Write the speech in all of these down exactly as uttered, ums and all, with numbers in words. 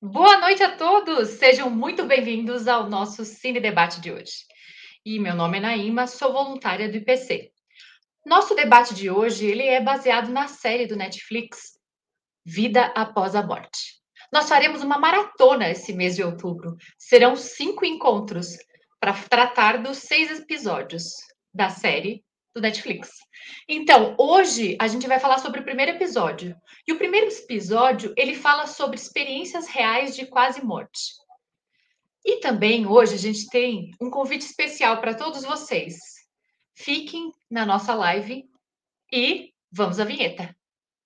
Boa noite a todos! Sejam muito bem-vindos ao nosso Cine Debate de hoje. E meu nome é Naíma, sou voluntária do I P C. Nosso debate de hoje ele é baseado na série do Netflix Vida Após a Morte. Nós faremos uma maratona esse mês de outubro. Serão cinco encontros para tratar dos seis episódios da série do Netflix. Então, hoje a gente vai falar sobre o primeiro episódio. E o primeiro episódio, ele fala sobre experiências reais de quase morte. E também hoje a gente tem um convite especial para todos vocês. Fiquem na nossa live e vamos à vinheta.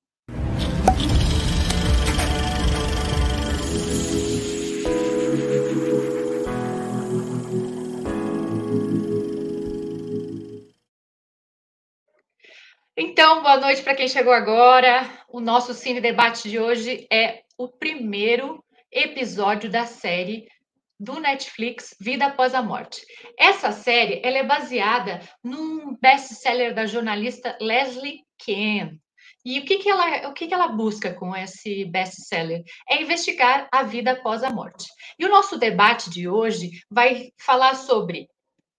Então, boa noite para quem chegou agora. O nosso Cine Debate de hoje é o primeiro episódio da série do Netflix Vida Após a Morte. Essa série ela é baseada num best-seller da jornalista Leslie Kean. E o que, que, ela, o que, que ela busca com esse best-seller? É investigar a vida após a morte. E o nosso debate de hoje vai falar sobre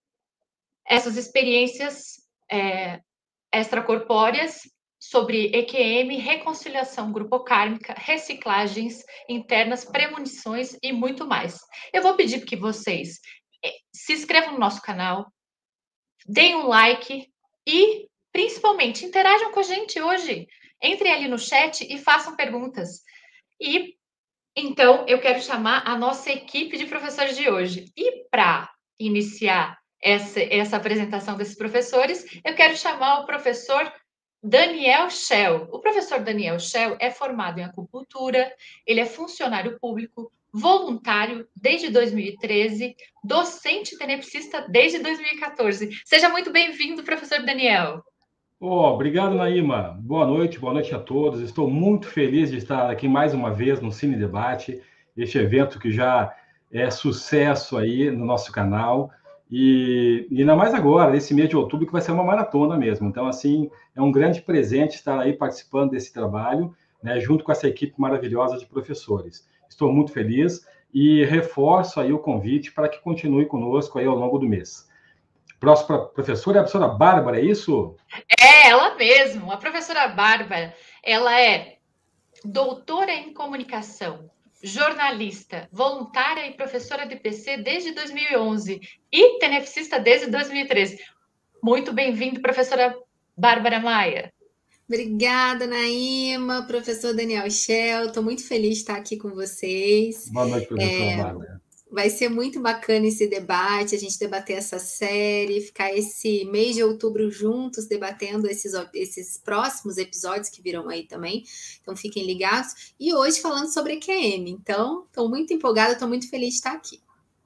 essas experiências é, extracorpóreas, sobre E Q M, reconciliação grupocármica, reciclagens internas, premonições e muito mais. Eu vou pedir que vocês se inscrevam no nosso canal, deem um like e, principalmente, interajam com a gente hoje. Entrem ali no chat e façam perguntas. E, então, eu quero chamar a nossa equipe de professores de hoje. E, para iniciar essa, essa apresentação desses professores, eu quero chamar o professor Daniel Schell. O professor Daniel Schell é formado em acupuntura, ele é funcionário público, voluntário desde dois mil e treze, docente tenepsista desde dois mil e quatorze. Seja muito bem-vindo, professor Daniel. Oh, obrigado, Naíma. Boa noite, boa noite a todos. Estou muito feliz de estar aqui mais uma vez no Cine Debate, este evento que já é sucesso aí no nosso canal. E, e ainda mais agora, nesse mês de outubro, que vai ser uma maratona mesmo. Então, assim, é um grande presente estar aí participando desse trabalho, né, junto com essa equipe maravilhosa de professores. Estou muito feliz e reforço aí o convite para que continue conosco aí ao longo do mês. Próxima professora é a professora Bárbara, é isso? É, ela mesmo, a professora Bárbara. Ela é doutora em comunicação, jornalista, voluntária e professora de I P C desde dois mil e onze e tenepsista desde dois mil e treze. Muito bem-vindo, professora Bárbara Maia. Obrigada, Naíma, professor Daniel Schell. Estou muito feliz de estar aqui com vocês. Boa noite, professora é, Bárbara. Vai ser muito bacana esse debate, a gente debater essa série, ficar esse mês de outubro juntos debatendo esses, esses próximos episódios que virão aí também. Então, fiquem ligados. E hoje falando sobre E Q M. Então, estou muito empolgada, estou muito feliz de estar aqui.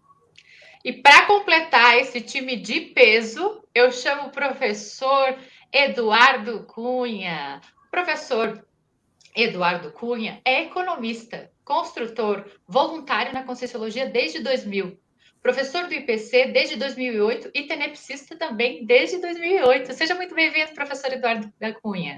E para completar esse time de peso, eu chamo o professor Eduardo Cunha. O professor Eduardo Cunha é economista, construtor, voluntário na Conscienciologia desde dois mil, professor do I P C desde dois mil e oito e tenepsista também desde dois mil e oito. Seja muito bem-vindo, professor Eduardo Cunha.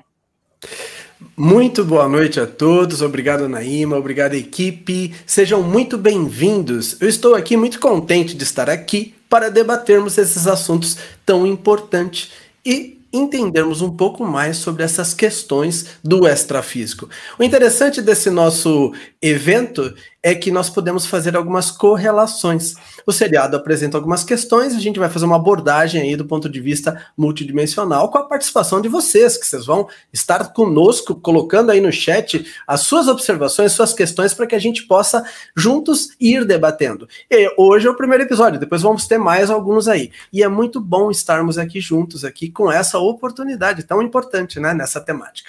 Muito boa noite a todos, obrigado Naíma, obrigado equipe, sejam muito bem-vindos. Eu estou aqui muito contente de estar aqui para debatermos esses assuntos tão importantes e entendermos um pouco mais sobre essas questões do extrafísico. O interessante desse nosso evento é que nós podemos fazer algumas correlações. O seriado apresenta algumas questões, a gente vai fazer uma abordagem aí do ponto de vista multidimensional com a participação de vocês, que vocês vão estar conosco, colocando aí no chat as suas observações, suas questões, para que a gente possa juntos ir debatendo. E hoje é o primeiro episódio, depois vamos ter mais alguns aí. E é muito bom estarmos aqui juntos, aqui com essa oportunidade tão importante, né, nessa temática.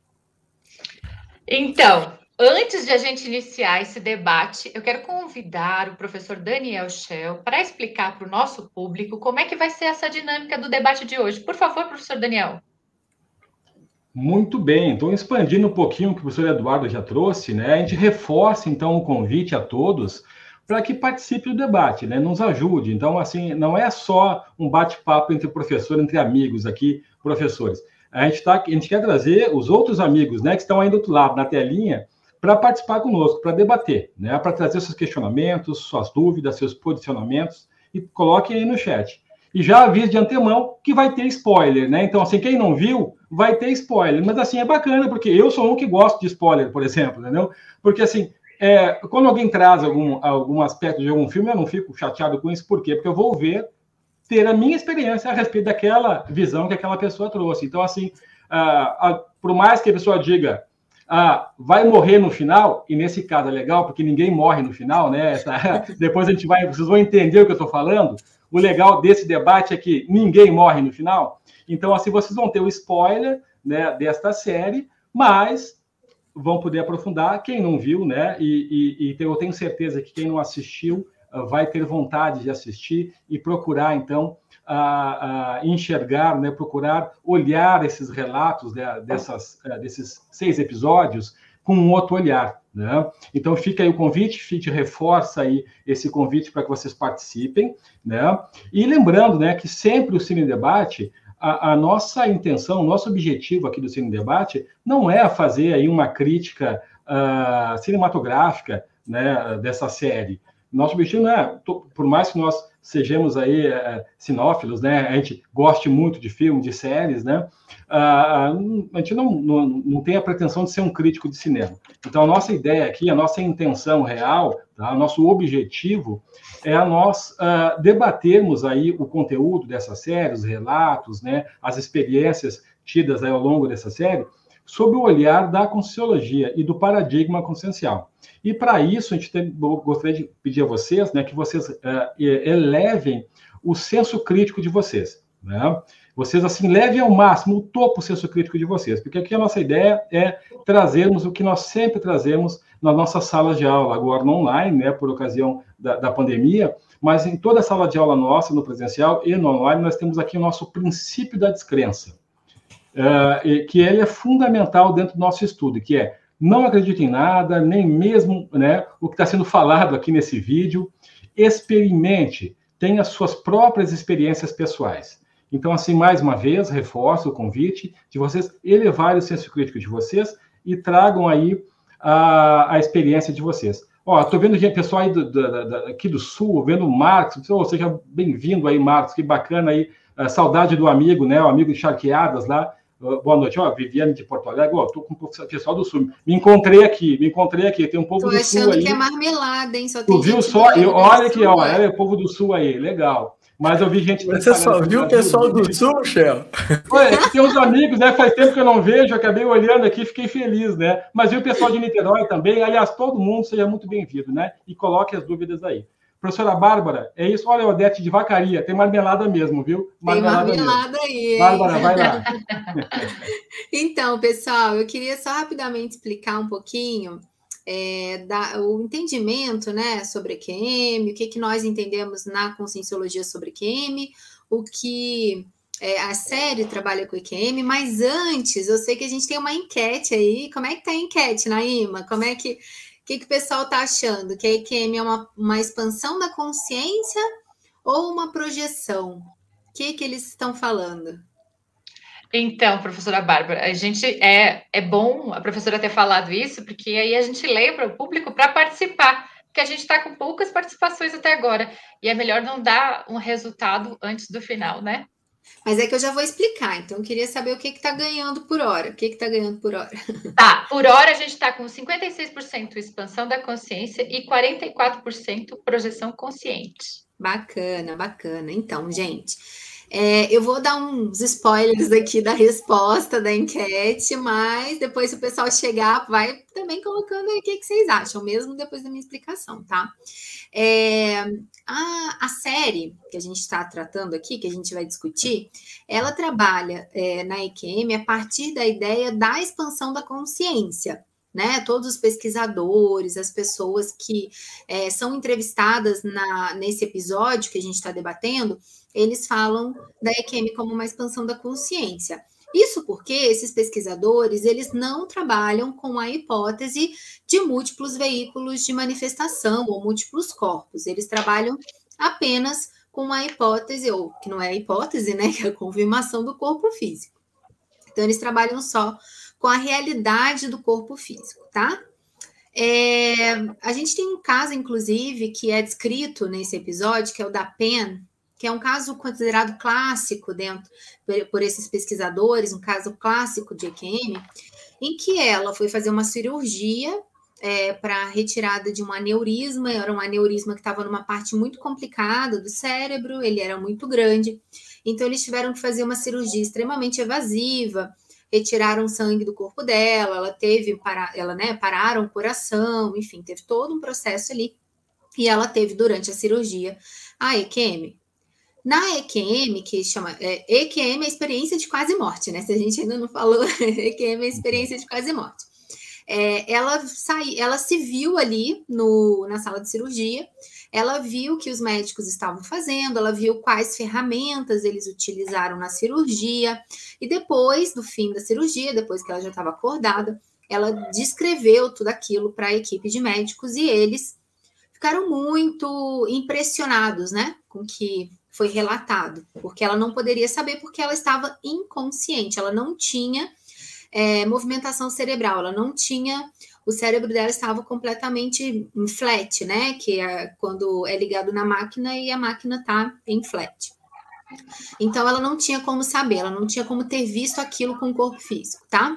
Então, antes de a gente iniciar esse debate, eu quero convidar o professor Daniel Schell para explicar para o nosso público como é que vai ser essa dinâmica do debate de hoje. Por favor, professor Daniel. Muito bem, então expandindo um pouquinho o que o professor Eduardo já trouxe, né? A gente reforça então o convite a todos para que participe do debate, né? Nos ajude. Então, assim, não é só um bate-papo entre professor, entre amigos aqui, professores. A gente, tá, a gente quer trazer os outros amigos, né, que estão aí do outro lado, na telinha, para participar conosco, para debater, né? Para trazer seus questionamentos, suas dúvidas, seus posicionamentos, e coloquem aí no chat. E já aviso de antemão que vai ter spoiler, né? Então, assim, quem não viu, vai ter spoiler. Mas, assim, é bacana, porque eu sou um que gosto de spoiler, por exemplo, entendeu? Porque, assim, é, quando alguém traz algum, algum aspecto de algum filme, eu não fico chateado com isso. Por quê? Porque eu vou ver, ter a minha experiência a respeito daquela visão que aquela pessoa trouxe. Então, assim, ah, ah, por mais que a pessoa diga, ah, vai morrer no final, e nesse caso é legal, porque ninguém morre no final, né? Essa, depois a gente vai, vocês vão entender o que eu estou falando. O legal desse debate é que ninguém morre no final. Então, assim, vocês vão ter o spoiler, né, desta série, mas vão poder aprofundar. Quem não viu, né? E, e, e eu tenho certeza que quem não assistiu uh, vai ter vontade de assistir e procurar, então, uh, uh, enxergar, né, procurar olhar esses relatos, né, dessas, uh, desses seis episódios com um outro olhar, né? Então fica aí o convite, F I T reforça aí esse convite para que vocês participem, né? E lembrando, né, que sempre o Cine Debate, a, a nossa intenção, o nosso objetivo aqui do Cine Debate não é fazer aí uma crítica uh, cinematográfica, né, dessa série. Nosso objetivo não é, por mais que nós sejamos aí é, cinófilos, né, a gente goste muito de filmes, de séries, né, a, a gente não, não, não tem a pretensão de ser um crítico de cinema. Então, a nossa ideia aqui, a nossa intenção real, tá, o nosso objetivo é a nós uh, debatermos aí o conteúdo dessa série, os relatos, né, as experiências tidas aí ao longo dessa série, sob o olhar da conscienciologia e do paradigma consciencial. E, para isso, a gente tem, gostaria de pedir a vocês, né, que vocês uh, elevem o senso crítico de vocês, né? Vocês, assim, levem ao máximo o topo o senso crítico de vocês, porque aqui a nossa ideia é trazermos o que nós sempre trazemos nas nossas salas de aula, agora no online, né, por ocasião da, da pandemia, mas em toda a sala de aula nossa, no presencial e no online, nós temos aqui o nosso princípio da descrença, uh, que ele é fundamental dentro do nosso estudo, que é não acredite em nada, nem mesmo, né, o que está sendo falado aqui nesse vídeo, experimente, tenha suas próprias experiências pessoais. Então, assim, mais uma vez, reforço o convite de vocês elevarem o senso crítico de vocês e tragam aí a, a experiência de vocês. Ó, estou vendo gente, pessoal aí do, do, do, aqui do Sul, vendo o Marcos, ou seja, bem-vindo aí, Marcos, que bacana aí, a saudade do amigo, né, o amigo de Charqueadas lá. Boa noite, ó, Viviane de Porto Alegre, ó, tô com o pessoal do Sul, me encontrei aqui, me encontrei aqui, tem um povo tô do Sul aí. Tô achando que é marmelada, hein, só tem tu viu gente só, eu, olha aqui, ó, é o povo do Sul aí, legal. Mas eu vi gente... Você só viu o pessoal do Sul, Shell? Olha, tem uns amigos, né? Faz tempo que eu não vejo, acabei olhando aqui, fiquei feliz, né? Mas vi o pessoal de Niterói também. Aliás, todo mundo seja muito bem-vindo, né? E coloque as dúvidas aí. Professora Bárbara, é isso? Olha, Odete de Vacaria, tem marmelada mesmo, viu? Marmelada tem marmelada mesmo. Aí, hein? Bárbara, vai lá. Então, pessoal, eu queria só rapidamente explicar um pouquinho É, da, o entendimento, né, sobre Q M, o que, que nós entendemos na conscienciologia sobre Q M, o que é, a série trabalha com Q M, mas antes, eu sei que a gente tem uma enquete aí. Como é que tá a enquete, Naíma? Como é que, que, que o pessoal está achando? Que a Q M é uma, uma expansão da consciência ou uma projeção? O que, que eles estão falando? Então, professora Bárbara, a gente é, é bom a professora ter falado isso, porque aí a gente lembra o público para participar, porque a gente está com poucas participações até agora, e é melhor não dar um resultado antes do final, né? Mas é que eu já vou explicar, então eu queria saber o que está ganhando por hora. O que está ganhando por hora? Tá, por hora a gente está com cinquenta e seis por cento expansão da consciência e quarenta e quatro por cento projeção consciente. Bacana, bacana. Então, gente... É, eu vou dar uns spoilers aqui da resposta da enquete, mas depois, se o pessoal chegar, vai também colocando aí o que, que vocês acham, mesmo depois da minha explicação, tá? É, a, a série que a gente está tratando aqui, que a gente vai discutir, ela trabalha é, na E Q M a partir da ideia da expansão da consciência. Né, todos os pesquisadores, as pessoas que é, são entrevistadas na, nesse episódio que a gente está debatendo, eles falam da E Q M como uma expansão da consciência. Isso porque esses pesquisadores, eles não trabalham com a hipótese de múltiplos veículos de manifestação ou múltiplos corpos. Eles trabalham apenas com a hipótese, ou que não é a hipótese, né, que é a confirmação do corpo físico. Então, eles trabalham só com a realidade do corpo físico, tá? É, a gente tem um caso, inclusive, que é descrito nesse episódio, que é o da Pen, que é um caso considerado clássico dentro por, por esses pesquisadores, um caso clássico de E Q M, em que ela foi fazer uma cirurgia é, para retirada de um aneurisma, era um aneurisma que estava numa parte muito complicada do cérebro, ele era muito grande, então eles tiveram que fazer uma cirurgia extremamente evasiva, retiraram sangue do corpo dela, ela teve, para, ela, né, pararam o coração, enfim, teve todo um processo ali, e ela teve durante a cirurgia a E Q M. Na E Q M, que chama é, E Q M é a experiência de quase morte, né? Se a gente ainda não falou, E Q M é a experiência de quase morte. É, ela, sai, ela se viu ali no, na sala de cirurgia, ela viu o que os médicos estavam fazendo, ela viu quais ferramentas eles utilizaram na cirurgia, e depois do fim da cirurgia, depois que ela já estava acordada, ela descreveu tudo aquilo para a equipe de médicos e eles ficaram muito impressionados, né, com o que foi relatado, porque ela não poderia saber porque ela estava inconsciente, ela não tinha é, movimentação cerebral, ela não tinha, o cérebro dela estava completamente em flat, né, que é quando é ligado na máquina e a máquina está em flat. Então, ela não tinha como saber, ela não tinha como ter visto aquilo com o corpo físico, tá?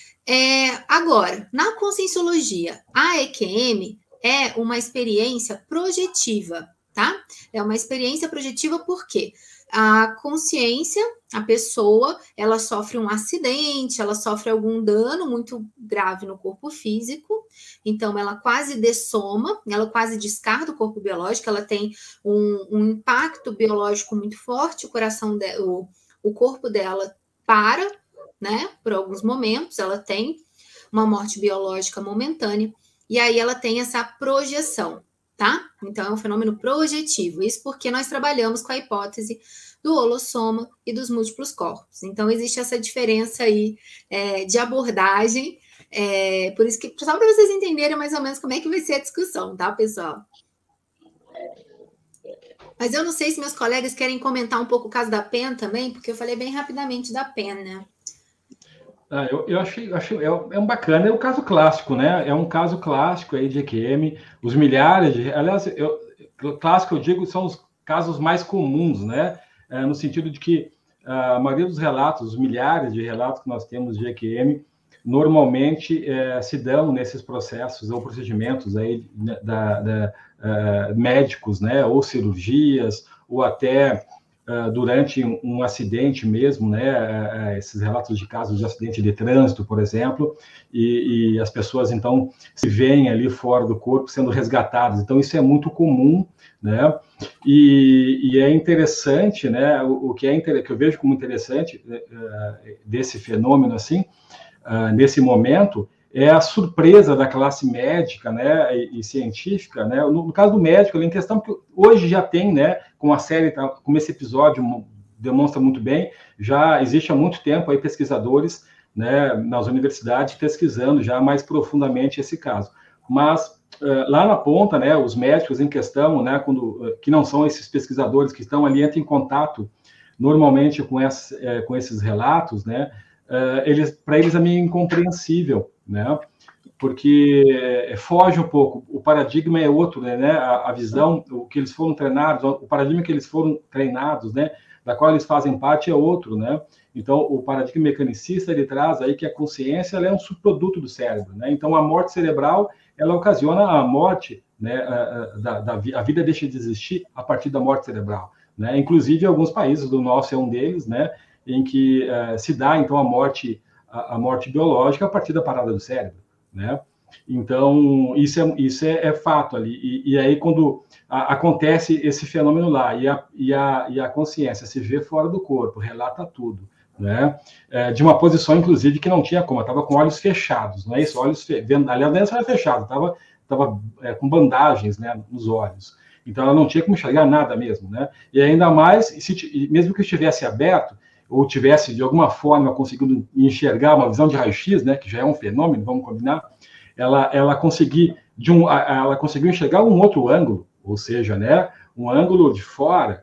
É, agora, na conscienciologia, a E Q M é uma experiência projetiva, tá? É uma experiência projetiva porque a consciência, a pessoa, ela sofre um acidente, ela sofre algum dano muito grave no corpo físico, então ela quase dessoma, ela quase descarta o corpo biológico, ela tem um, um impacto biológico muito forte, o coração dela, o, o corpo dela para, né, por alguns momentos, ela tem uma morte biológica momentânea, e aí ela tem essa projeção, tá? Então, é um fenômeno projetivo. Isso porque nós trabalhamos com a hipótese do holossoma e dos múltiplos corpos. Então, existe essa diferença aí é, de abordagem. É, por isso que, só para vocês entenderem mais ou menos como é que vai ser a discussão, tá, pessoal? Mas eu não sei se meus colegas querem comentar um pouco o caso da Pen também, porque eu falei bem rapidamente da Pen, né? Ah, eu, eu achei, achei é, é um bacana, é um caso clássico, né? É um caso clássico aí de E Q M, os milhares de, aliás, eu, clássico eu digo são os casos mais comuns, né? É, no sentido de que a maioria dos relatos, os milhares de relatos que nós temos de E Q M, normalmente é, se dão nesses processos ou procedimentos aí da, da, uh, médicos, né? Ou cirurgias, ou até Uh, durante um, um acidente mesmo, né, uh, uh, esses relatos de casos de acidente de trânsito, por exemplo, e, e as pessoas, então, se veem ali fora do corpo sendo resgatadas. Então, isso é muito comum, né, e, e é interessante, né, o, o que, é, que eu vejo como interessante uh, desse fenômeno, assim, uh, nesse momento, é a surpresa da classe médica, né, e, e científica, né, no, no caso do médico, ali em questão, que hoje já tem, né, com a série, como esse episódio demonstra muito bem, já existe há muito tempo aí pesquisadores, né, nas universidades pesquisando já mais profundamente esse caso. Mas uh, lá na ponta, né, os médicos em questão, né, quando, uh, que não são esses pesquisadores que estão ali, entram em contato normalmente com, essa, uh, com esses relatos, né, uh, eles, para eles é meio incompreensível, né? Porque foge um pouco, o paradigma é outro, né? A, a visão, o que eles foram treinados, o paradigma que eles foram treinados, né? Da qual eles fazem parte é outro, né? Então, o paradigma mecanicista, ele traz aí que a consciência ela é um subproduto do cérebro, né? Então, a morte cerebral, ela ocasiona a morte, né? A, da, da, a vida deixa de existir a partir da morte cerebral, né? Inclusive, alguns países, do nosso é um deles, né? Em que uh, se dá, então, a morte a morte biológica a partir da parada do cérebro, né? Então, isso é, isso é, é fato ali. E, e aí, quando a, acontece esse fenômeno lá, e a, e, a, e a consciência se vê fora do corpo, relata tudo, né? É, de uma posição, inclusive, que não tinha como, estava com olhos fechados, não é isso? Olhos fe... Aliás, não era fechado, estava tava, é, com bandagens, né, nos olhos. Então, ela não tinha como enxergar nada mesmo, né? E ainda mais, se, mesmo que estivesse aberto, ou tivesse, de alguma forma, conseguido enxergar uma visão de raio-x, né, que já é um fenômeno, vamos combinar, ela, ela, consegui, de um, ela conseguiu enxergar um outro ângulo, ou seja, né, um ângulo de fora.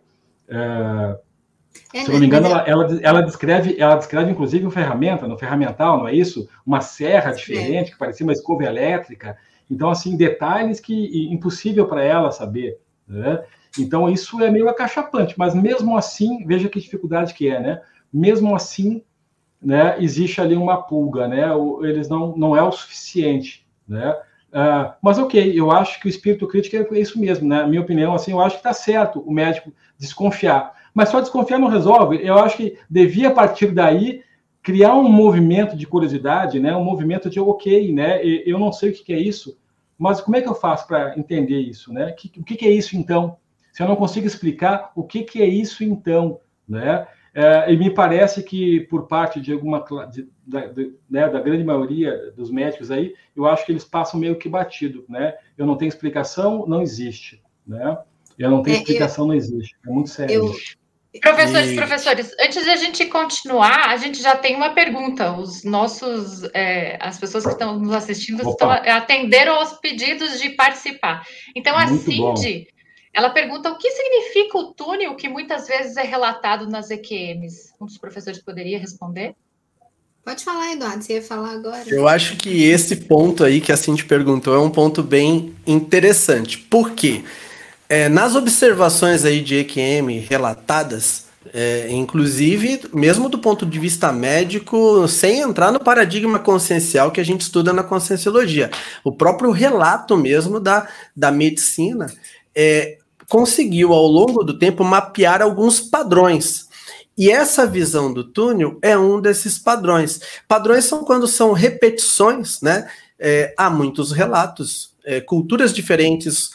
É, se não me engano, ela, ela, ela, descreve, ela descreve, inclusive, uma ferramenta, no ferramental, não é isso? Uma serra diferente, que parecia uma escova elétrica, Então, assim, detalhes que impossível para ela saber, né? Então, isso é meio acachapante, mas mesmo assim, veja que dificuldade que é, né? Mesmo assim, né, existe ali uma pulga, né? Eles não, não é o suficiente, né? Uh, mas ok, eu acho que o espírito crítico é isso mesmo, né? Na minha opinião, assim, eu acho que está certo o médico desconfiar. Mas só desconfiar não resolve. Eu acho que devia, a partir daí, criar um movimento de curiosidade, né? Um movimento de, ok, né? Eu não sei o que é isso, mas como é que eu faço para entender isso, né? O que é isso, então? Se eu não consigo explicar, o que é isso, então, né? É, e me parece que, por parte de alguma de, da, de, né, da grande maioria dos médicos aí, eu acho que eles passam meio que batido, né? Eu não tenho explicação, não existe, né? Eu não tenho é, explicação, eu, não existe. É muito sério. Eu... Professores, e... professores, antes de a gente continuar, a gente já tem uma pergunta. Os nossos, é, as pessoas que estão nos assistindo estão, atenderam aos pedidos de participar. Então, a muito Cindy... Bom. Ela pergunta o que significa o túnel que muitas vezes é relatado nas E Q Ms. Um dos professores poderia responder? Pode falar, Eduardo, você ia falar agora. Eu acho que esse ponto aí que a Cindy perguntou é um ponto bem interessante. Por quê? É, nas observações aí de E Q M relatadas, é, inclusive, mesmo do ponto de vista médico, sem entrar no paradigma consciencial que a gente estuda na conscienciologia, o próprio relato mesmo da, da medicina, é, conseguiu, ao longo do tempo, mapear alguns padrões. E essa visão do túnel é um desses padrões. Padrões são quando são repetições, né? É, há muitos relatos, é, culturas diferentes,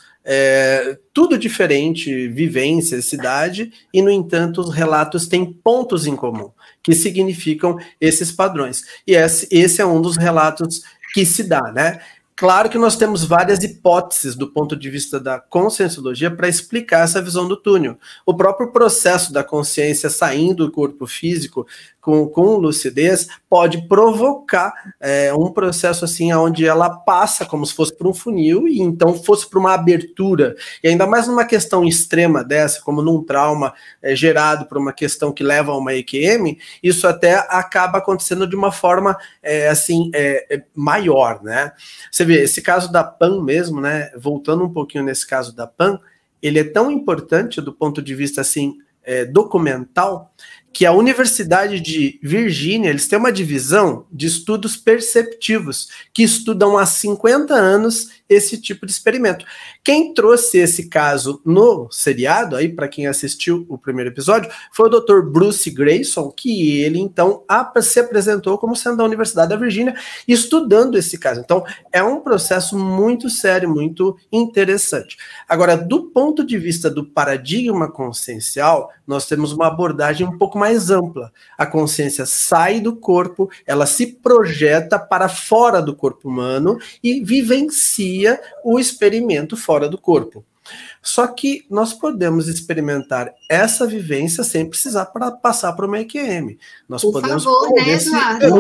é, tudo diferente, vivência, cidade, e, no entanto, os relatos têm pontos em comum, que significam esses padrões. E esse, esse é um dos relatos que se dá, né? Claro que nós temos várias hipóteses do ponto de vista da conscienciologia para explicar essa visão do túnel. O próprio processo da consciência saindo do corpo físico com, com lucidez pode provocar é, um processo assim onde ela passa como se fosse por um funil e então fosse para uma abertura. E ainda mais numa questão extrema dessa, como num trauma é, gerado por uma questão que leva a uma E Q M, isso até acaba acontecendo de uma forma é, assim é, é maior, né? Você vê, esse caso da P A N mesmo, né? Voltando um pouquinho nesse caso da P A N, ele é tão importante do ponto de vista assim é, documental, que a Universidade de Virgínia, eles têm uma divisão de estudos perceptivos, que estudam há cinquenta anos esse tipo de experimento. Quem trouxe esse caso no seriado, aí para quem assistiu o primeiro episódio, foi o doutor Bruce Grayson, que ele então se apresentou como sendo da Universidade da Virgínia, estudando esse caso. Então, é um processo muito sério, muito interessante. Agora, do ponto de vista do paradigma consciencial, nós temos uma abordagem um pouco mais ampla. A consciência sai do corpo, ela se projeta para fora do corpo humano e vivencia o experimento fora do corpo. Só que nós podemos experimentar essa vivência sem precisar para passar por uma E Q M. Nós Por podemos favor, né, Eduardo?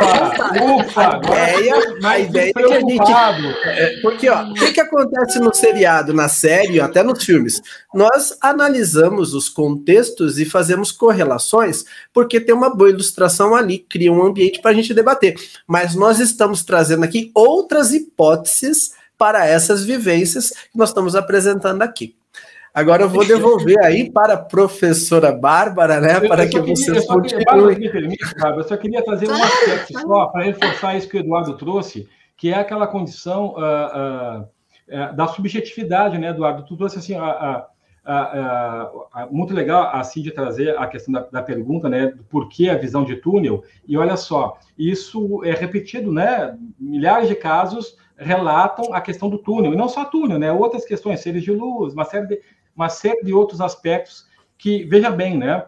Ufa, ufa, a ideia, a ideia é que a gente... É, porque, ó, o que, que acontece no seriado, na série, até nos filmes? Nós analisamos os contextos e fazemos correlações, porque tem uma boa ilustração ali, cria um ambiente para a gente debater. Mas nós estamos trazendo aqui outras hipóteses para essas vivências que nós estamos apresentando aqui. Agora eu vou devolver aí para a professora Bárbara, né, para que vocês continuem. Me permite, Bárbara, eu só queria trazer um aspecto só para reforçar isso que o Eduardo trouxe, que é aquela condição uh, uh, uh, da subjetividade, né, Eduardo? Tu trouxe assim, uh, uh, uh, uh, muito legal a Cíndia trazer a questão da, da pergunta, né, do porquê a visão de túnel, e olha só, isso é repetido, né, milhares de casos relatam a questão do túnel, e não só túnel, né? Outras questões, seres de luz, uma série de, uma série de outros aspectos que, veja bem, né?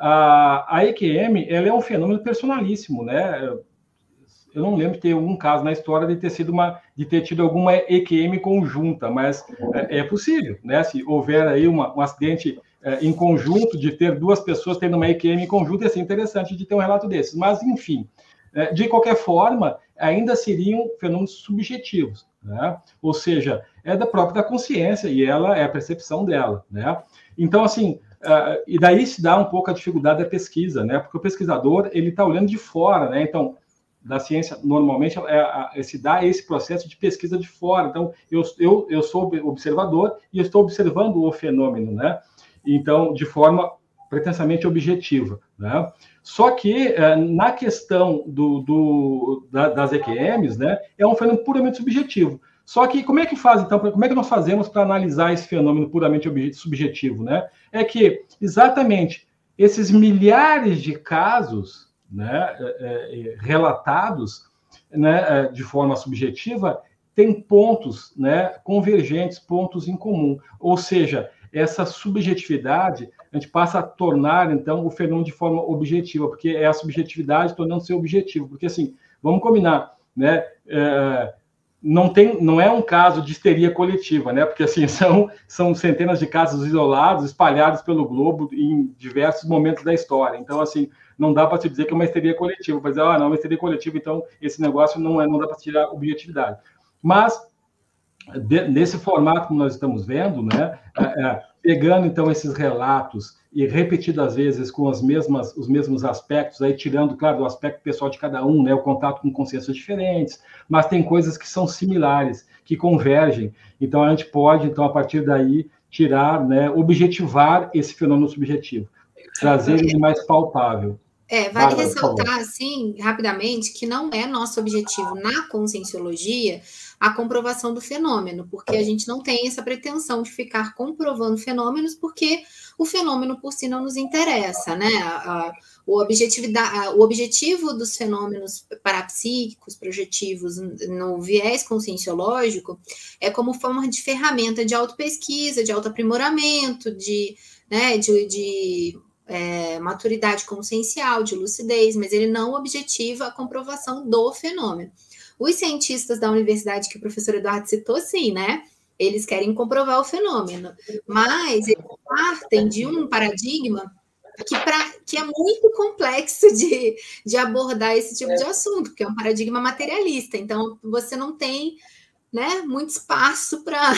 A, a E Q M, ela é um fenômeno personalíssimo, né? Eu não lembro de ter algum caso na história de ter sido uma, de ter tido alguma E Q M conjunta, mas é, é possível, né? Se houver aí uma, um acidente é, em conjunto, de ter duas pessoas tendo uma E Q M em conjunto, ia ser interessante de ter um relato desses. Mas, enfim, é, de qualquer forma, ainda seriam fenômenos subjetivos, né? Ou seja, é da própria consciência e ela é a percepção dela, né? Então, assim, uh, e daí se dá um pouco a dificuldade da pesquisa, né? Porque o pesquisador, ele está olhando de fora, né? Então, da ciência, normalmente, é, é, se dá esse processo de pesquisa de fora. Então, eu, eu, eu sou observador e eu estou observando o fenômeno, né? Então, de forma pretensamente objetiva, né? Só que, é, na questão do, do, da, das E Q Ms, né, é um fenômeno puramente subjetivo. Só que como é que faz, então, como é que nós fazemos para analisar esse fenômeno puramente subjetivo, né? É que, exatamente, esses milhares de casos, né, é, é, relatados, né, de forma subjetiva, têm pontos, né, convergentes, pontos em comum. Ou seja, essa subjetividade, a gente passa a tornar, então, o fenômeno de forma objetiva, porque é a subjetividade tornando-se objetivo. Porque, assim, vamos combinar, né? É, não, tem, não é um caso de histeria coletiva, né? Porque, assim, são, são centenas de casos isolados, espalhados pelo globo em diversos momentos da história. Então, assim, não dá para se dizer que é uma histeria coletiva. Para dizer, ah, não, é uma histeria coletiva, então esse negócio não, é, não dá para tirar objetividade. Mas, de, nesse formato que nós estamos vendo, né? É, é, pegando, então, esses relatos e repetidas vezes com as mesmas, os mesmos aspectos, aí tirando, claro, do aspecto pessoal de cada um, né, o contato com consciências diferentes, mas tem coisas que são similares, que convergem. Então, a gente pode, então, a partir daí, tirar, né, objetivar esse fenômeno subjetivo, trazer ele mais palpável. É, vale Bárbara, ressaltar, assim, rapidamente, que não é nosso objetivo na conscienciologia a comprovação do fenômeno, porque a gente não tem essa pretensão de ficar comprovando fenômenos, porque o fenômeno por si não nos interessa, né? A, a, o, objetividade, a, o objetivo dos fenômenos parapsíquicos, projetivos, no viés conscienciológico, é como forma de ferramenta de autopesquisa, de autoaprimoramento, de, né, de, de É, maturidade consciencial, de lucidez, mas ele não objetiva a comprovação do fenômeno. Os cientistas da universidade que o professor Eduardo citou, sim, né? Eles querem comprovar o fenômeno, mas eles partem de um paradigma que, pra, que é muito complexo de, de abordar esse tipo de assunto, porque é um paradigma materialista, então você não tem, né, muito espaço para...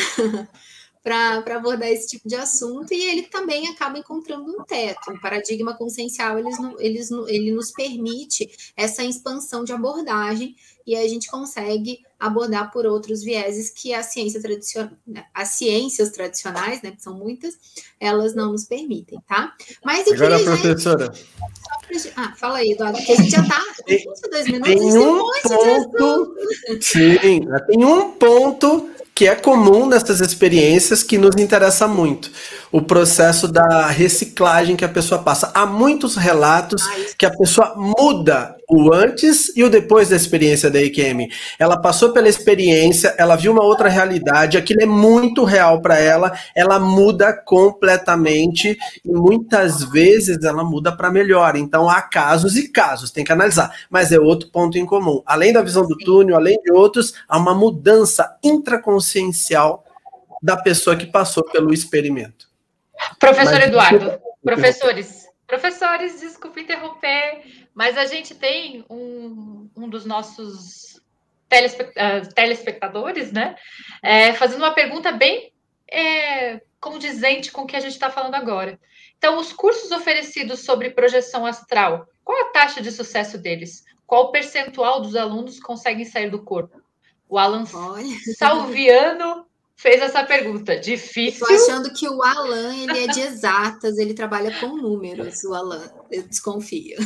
para abordar esse tipo de assunto, e ele também acaba encontrando um teto. O paradigma consciencial, eles, eles, ele nos permite essa expansão de abordagem, e a gente consegue abordar por outros vieses que a ciência tradicional, as ciências tradicionais, né, que são muitas, elas não nos permitem, tá? Mas eu Agora, queria, professora... Gente... Ah, fala aí, Eduardo, porque a gente já está em vinte e dois minutos, tem um, um ponto... Sim, tem um ponto... que é comum nessas experiências, que nos interessa muito. O processo da reciclagem que a pessoa passa. Há muitos relatos que a pessoa muda o antes e o depois da experiência da E Q M. Ela passou pela experiência, ela viu uma outra realidade, aquilo é muito real para ela, ela muda completamente e muitas vezes ela muda para melhor. Então há casos e casos, tem que analisar. Mas é outro ponto em comum. Além da visão do túnel, além de outros, há uma mudança intraconsciencial da pessoa que passou pelo experimento. Professor mas, Eduardo, professores, professores, desculpe interromper, mas a gente tem um, um dos nossos telespe uh, telespectadores, né, é, fazendo uma pergunta bem é, condizente com o que a gente está falando agora. Então, os cursos oferecidos sobre projeção astral, qual a taxa de sucesso deles? Qual o percentual dos alunos conseguem sair do corpo? O Alan Olha. Salviano fez essa pergunta. Difícil. Estou achando que o Alan, ele é de exatas, ele trabalha com números, o Alan, eu desconfio.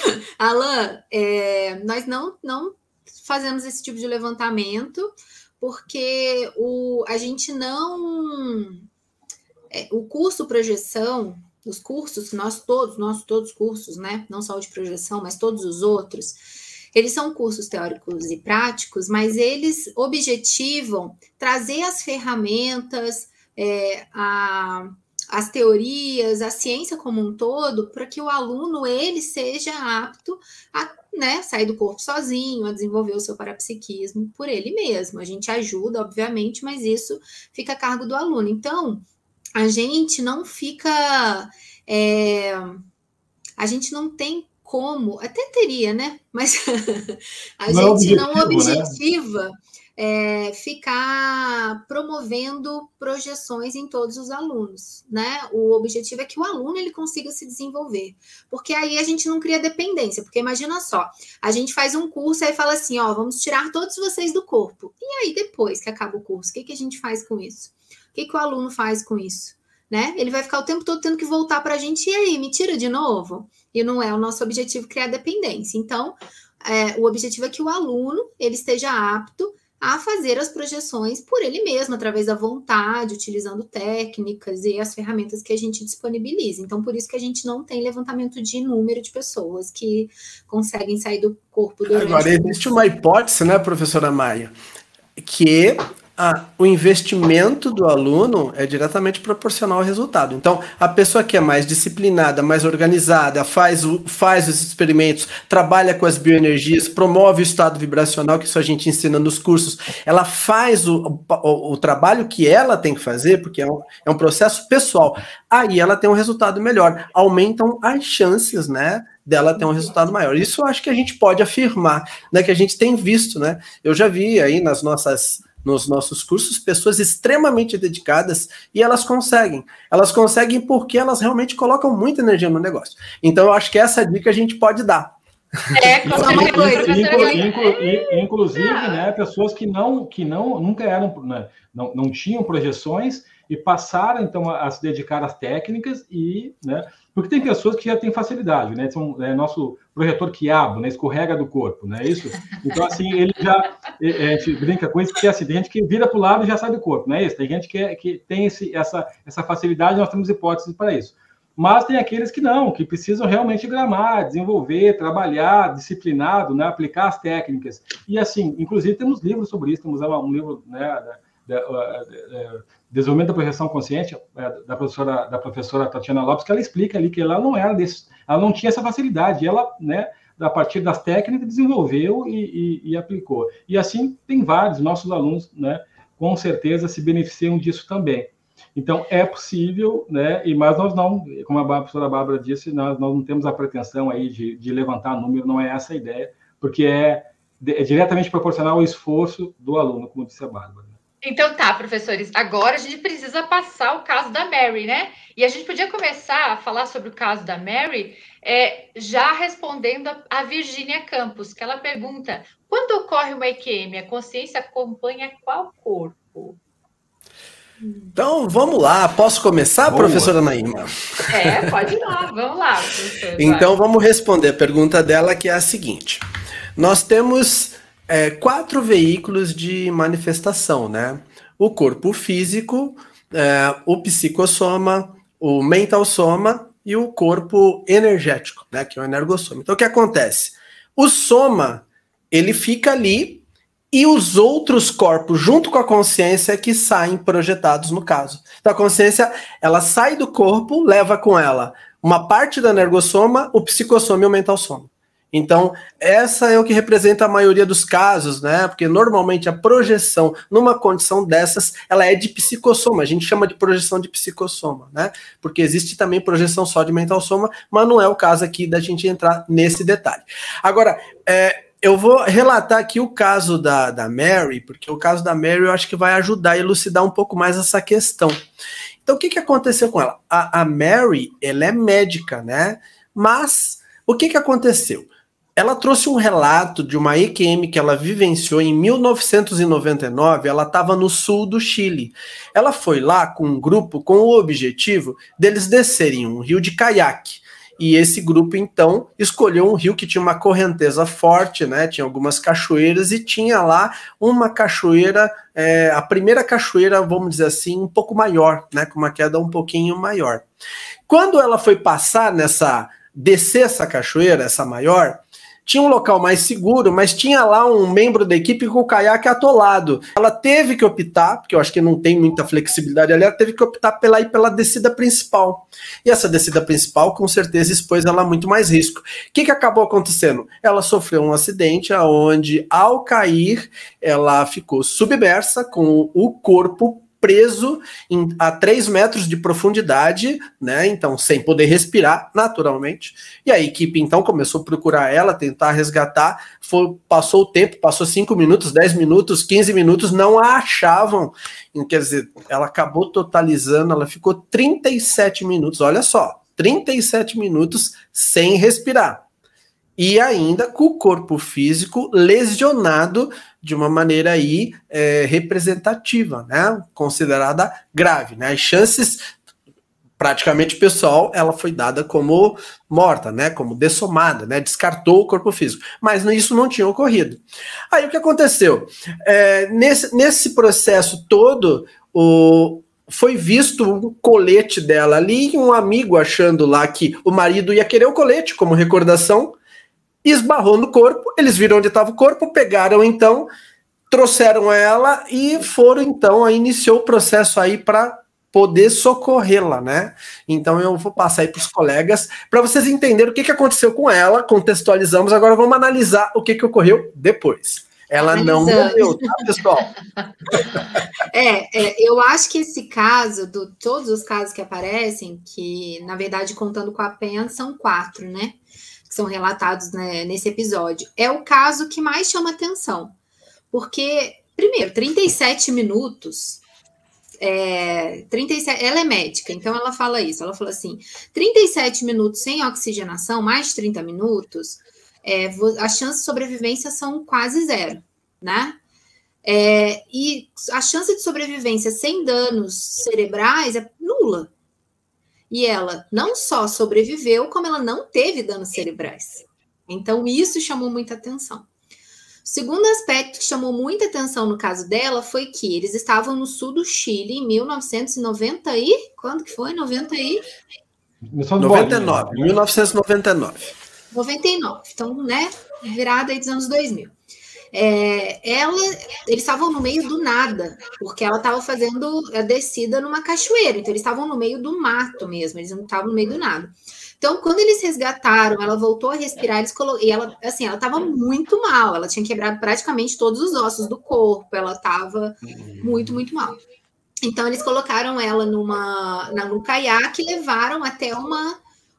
Alan, é, nós não, não fazemos esse tipo de levantamento, porque o, a gente não... É, o curso projeção, os cursos, nós todos, nós todos os cursos, né? Não só o de projeção, mas todos os outros, eles são cursos teóricos e práticos, mas eles objetivam trazer as ferramentas, é, a, as teorias, a ciência como um todo, para que o aluno ele seja apto a, né, sair do corpo sozinho, a desenvolver o seu parapsiquismo por ele mesmo. A gente ajuda, obviamente, mas isso fica a cargo do aluno. Então, a gente não fica... É, a gente não tem como, até teria, né? Mas a não gente objetivo, não objetiva né? é, ficar promovendo projeções em todos os alunos, né? O objetivo é que o aluno ele consiga se desenvolver, porque aí a gente não cria dependência, porque imagina só, a gente faz um curso e fala assim, ó, vamos tirar todos vocês do corpo, e aí depois que acaba o curso, o que, que a gente faz com isso? O que, que o aluno faz com isso? Né? Ele vai ficar o tempo todo tendo que voltar para a gente, e aí, me tira de novo? E não é o nosso objetivo criar dependência. Então, é, o objetivo é que o aluno ele esteja apto a fazer as projeções por ele mesmo, através da vontade, utilizando técnicas e as ferramentas que a gente disponibiliza. Então, por isso que a gente não tem levantamento de número de pessoas que conseguem sair do corpo durante... Agora, existe uma hipótese, né, professora Maia, que... Ah, o investimento do aluno é diretamente proporcional ao resultado. Então, a pessoa que é mais disciplinada, mais organizada, faz, o, faz os experimentos, trabalha com as bioenergias, promove o estado vibracional, que isso a gente ensina nos cursos, ela faz o, o, o trabalho que ela tem que fazer, porque é um, é um processo pessoal. Aí ela tem um resultado melhor. Aumentam as chances, né, dela ter um resultado maior. Isso eu acho que a gente pode afirmar, né, que a gente tem visto, né? Eu já vi aí nas nossas... nos nossos cursos, pessoas extremamente dedicadas e elas conseguem. Elas conseguem porque elas realmente colocam muita energia no negócio. Então, eu acho que essa dica a gente pode dar. É, com certeza. Inclusive, né, pessoas que não, que não nunca eram, né, não, não tinham projeções e passaram, então, a, a se dedicar às técnicas e, né, porque tem pessoas que já têm facilidade, né? São, é, nosso projetor quiabo, né? Escorrega do corpo, não é isso? Então, assim, ele já... A gente brinca com isso, porque assim, tem gente que vira para o lado e já sai do corpo, não é isso? Tem gente que, é, que tem esse, essa, essa facilidade, nós temos hipóteses para isso. Mas tem aqueles que não, que precisam realmente gramar, desenvolver, trabalhar, disciplinado, né? Aplicar as técnicas. E, assim, inclusive, temos livros sobre isso, temos um livro, né, da, da, da, Desenvolvimento da Projeção Consciente, da professora, da professora Tatiana Lopes, que ela explica ali que ela não era desse, ela não tinha essa facilidade, e ela, né, a partir das técnicas, desenvolveu e, e, e aplicou. E assim, tem vários nossos alunos, né, com certeza se beneficiam disso também. Então, é possível, né, e, mas nós não, como a professora Bárbara disse, nós, nós não temos a pretensão aí de, de levantar número, não é essa a ideia, porque é, é diretamente proporcional ao esforço do aluno, como disse a Bárbara. Então tá, professores, agora a gente precisa passar o caso da Mary, né? E a gente podia começar a falar sobre o caso da Mary, é, já respondendo a, a Virgínia Campos, que ela pergunta, quando ocorre uma E Q M, a consciência acompanha qual corpo? Então, vamos lá. Posso começar, Boa. Professora Naíma? É, pode ir lá. Vamos lá, professor. Então, vamos responder a pergunta dela, que é a seguinte. Nós temos... É, quatro veículos de manifestação, né? O corpo físico, é, o psicossoma, o mental soma e o corpo energético, né? Que é o energossoma. Então, o que acontece? O soma, ele fica ali e os outros corpos, junto com a consciência, que saem projetados no caso. Então, a consciência, ela sai do corpo, leva com ela uma parte do energossoma, o psicossoma e o mental soma. Então, essa é o que representa a maioria dos casos, né? Porque normalmente a projeção numa condição dessas, ela é de psicossoma. A gente chama de projeção de psicossoma, né? Porque existe também projeção só de mental soma, mas não é o caso aqui da gente entrar nesse detalhe. Agora, é, eu vou relatar aqui o caso da, da Mary, porque o caso da Mary eu acho que vai ajudar a elucidar um pouco mais essa questão. Então, o que, que aconteceu com ela? A, a Mary, ela é médica, né? Mas, o que, que aconteceu? Ela trouxe um relato de uma E Q M que ela vivenciou em mil novecentos e noventa e nove, ela estava no sul do Chile. Ela foi lá com um grupo com o objetivo deles descerem um rio de caiaque. E esse grupo, então, escolheu um rio que tinha uma correnteza forte, né? Tinha algumas cachoeiras e tinha lá uma cachoeira, é, a primeira cachoeira, vamos dizer assim, um pouco maior, né? Com uma queda um pouquinho maior. Quando ela foi passar nessa, descer essa cachoeira, essa maior, tinha um local mais seguro, mas tinha lá um membro da equipe com o caiaque atolado. Ela teve que optar, porque eu acho que não tem muita flexibilidade ali, ela teve que optar pela, pela descida principal. E essa descida principal, com certeza, expôs ela a muito mais risco. O que, que acabou acontecendo? Ela sofreu um acidente onde, ao cair, ela ficou submersa com o corpo preso em, a três metros de profundidade, né? Então, sem poder respirar, naturalmente. E a equipe, então, começou a procurar ela, tentar resgatar. Foi, passou o tempo, passou cinco minutos, dez minutos, quinze minutos, não a achavam. Quer dizer, ela acabou totalizando, ela ficou trinta e sete minutos, olha só, trinta e sete minutos sem respirar. E ainda com o corpo físico lesionado de uma maneira aí é, representativa, né? Considerada grave, né? As chances, praticamente pessoal, ela foi dada como morta, né? Como dessomada, né? Descartou o corpo físico. Mas isso não tinha ocorrido. Aí o que aconteceu? É, nesse, nesse processo todo, o foi visto um colete dela ali e um amigo achando lá que o marido ia querer o colete como recordação, esbarrou no corpo, eles viram onde estava o corpo, pegaram então, trouxeram ela e foram então, aí iniciou o processo aí para poder socorrê-la, né? Então eu vou passar aí para os colegas para vocês entenderem o que, que aconteceu com ela, contextualizamos, agora vamos analisar o que, que ocorreu depois. Ela não morreu, tá, pessoal? É, é, eu acho que esse caso, do, todos os casos que aparecem, que na verdade contando com a Pen, são quatro, né? Que são relatados, né, nesse episódio. É o caso que mais chama atenção. Porque, primeiro, trinta e sete minutos. É, trinta e sete, ela é médica, então ela fala isso. Ela fala assim: trinta e sete minutos sem oxigenação, mais trinta minutos, é, as chances de sobrevivência são quase zero, né? É, e a chance de sobrevivência sem danos cerebrais é nula. E ela não só sobreviveu, como ela não teve danos cerebrais. Então, isso chamou muita atenção. O segundo aspecto que chamou muita atenção no caso dela foi que eles estavam no sul do Chile em mil novecentos e noventa e... Quando que foi? noventa e... noventa e nove. mil novecentos e noventa e nove. noventa e nove. Então, né? Virada aí dos anos dois mil. É, ela, eles estavam no meio do nada, porque ela estava fazendo a descida numa cachoeira, então eles estavam no meio do mato mesmo, eles não estavam no meio do nada. Então, quando eles resgataram, ela voltou a respirar, eles colo... e ela, assim, ela estava muito mal, ela tinha quebrado praticamente todos os ossos do corpo, ela estava muito, muito mal. Então, eles colocaram ela numa, na, no caiaque e levaram até uma,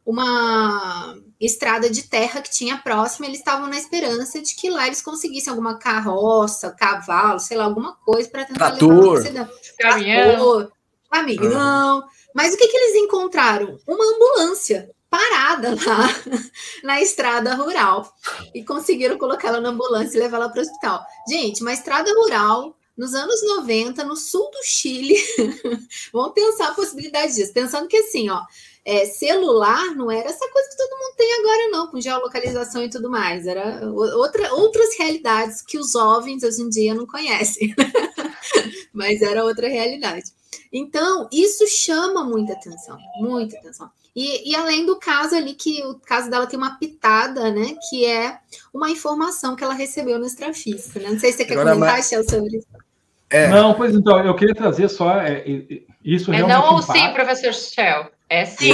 uma estrada de terra que tinha próxima. Eles estavam na esperança de que lá eles conseguissem alguma carroça, cavalo, sei lá, alguma coisa para tentar Trator. levar caminhão, caminhão. Uhum. Mas o que, que eles encontraram? Uma ambulância parada lá na estrada rural e conseguiram colocar ela na ambulância e levar ela para o hospital. Gente, uma estrada rural nos anos noventa, no sul do Chile. Vamos pensar a possibilidade disso, pensando que assim, ó, é, celular não era essa coisa que todo mundo tem agora não, com geolocalização e tudo mais, era outra, outras realidades que os jovens hoje em dia não conhecem, mas era outra realidade. Então, isso chama muita atenção, muita atenção. E, e além do caso ali, que o caso dela tem uma pitada, né? Que é uma informação que ela recebeu no extrafísico, né? Não sei se você quer Agora, comentar, mas... Shell, sobre isso. É. Não, pois então, eu queria trazer só é, isso. É não ou sim, professor Shell? É sim.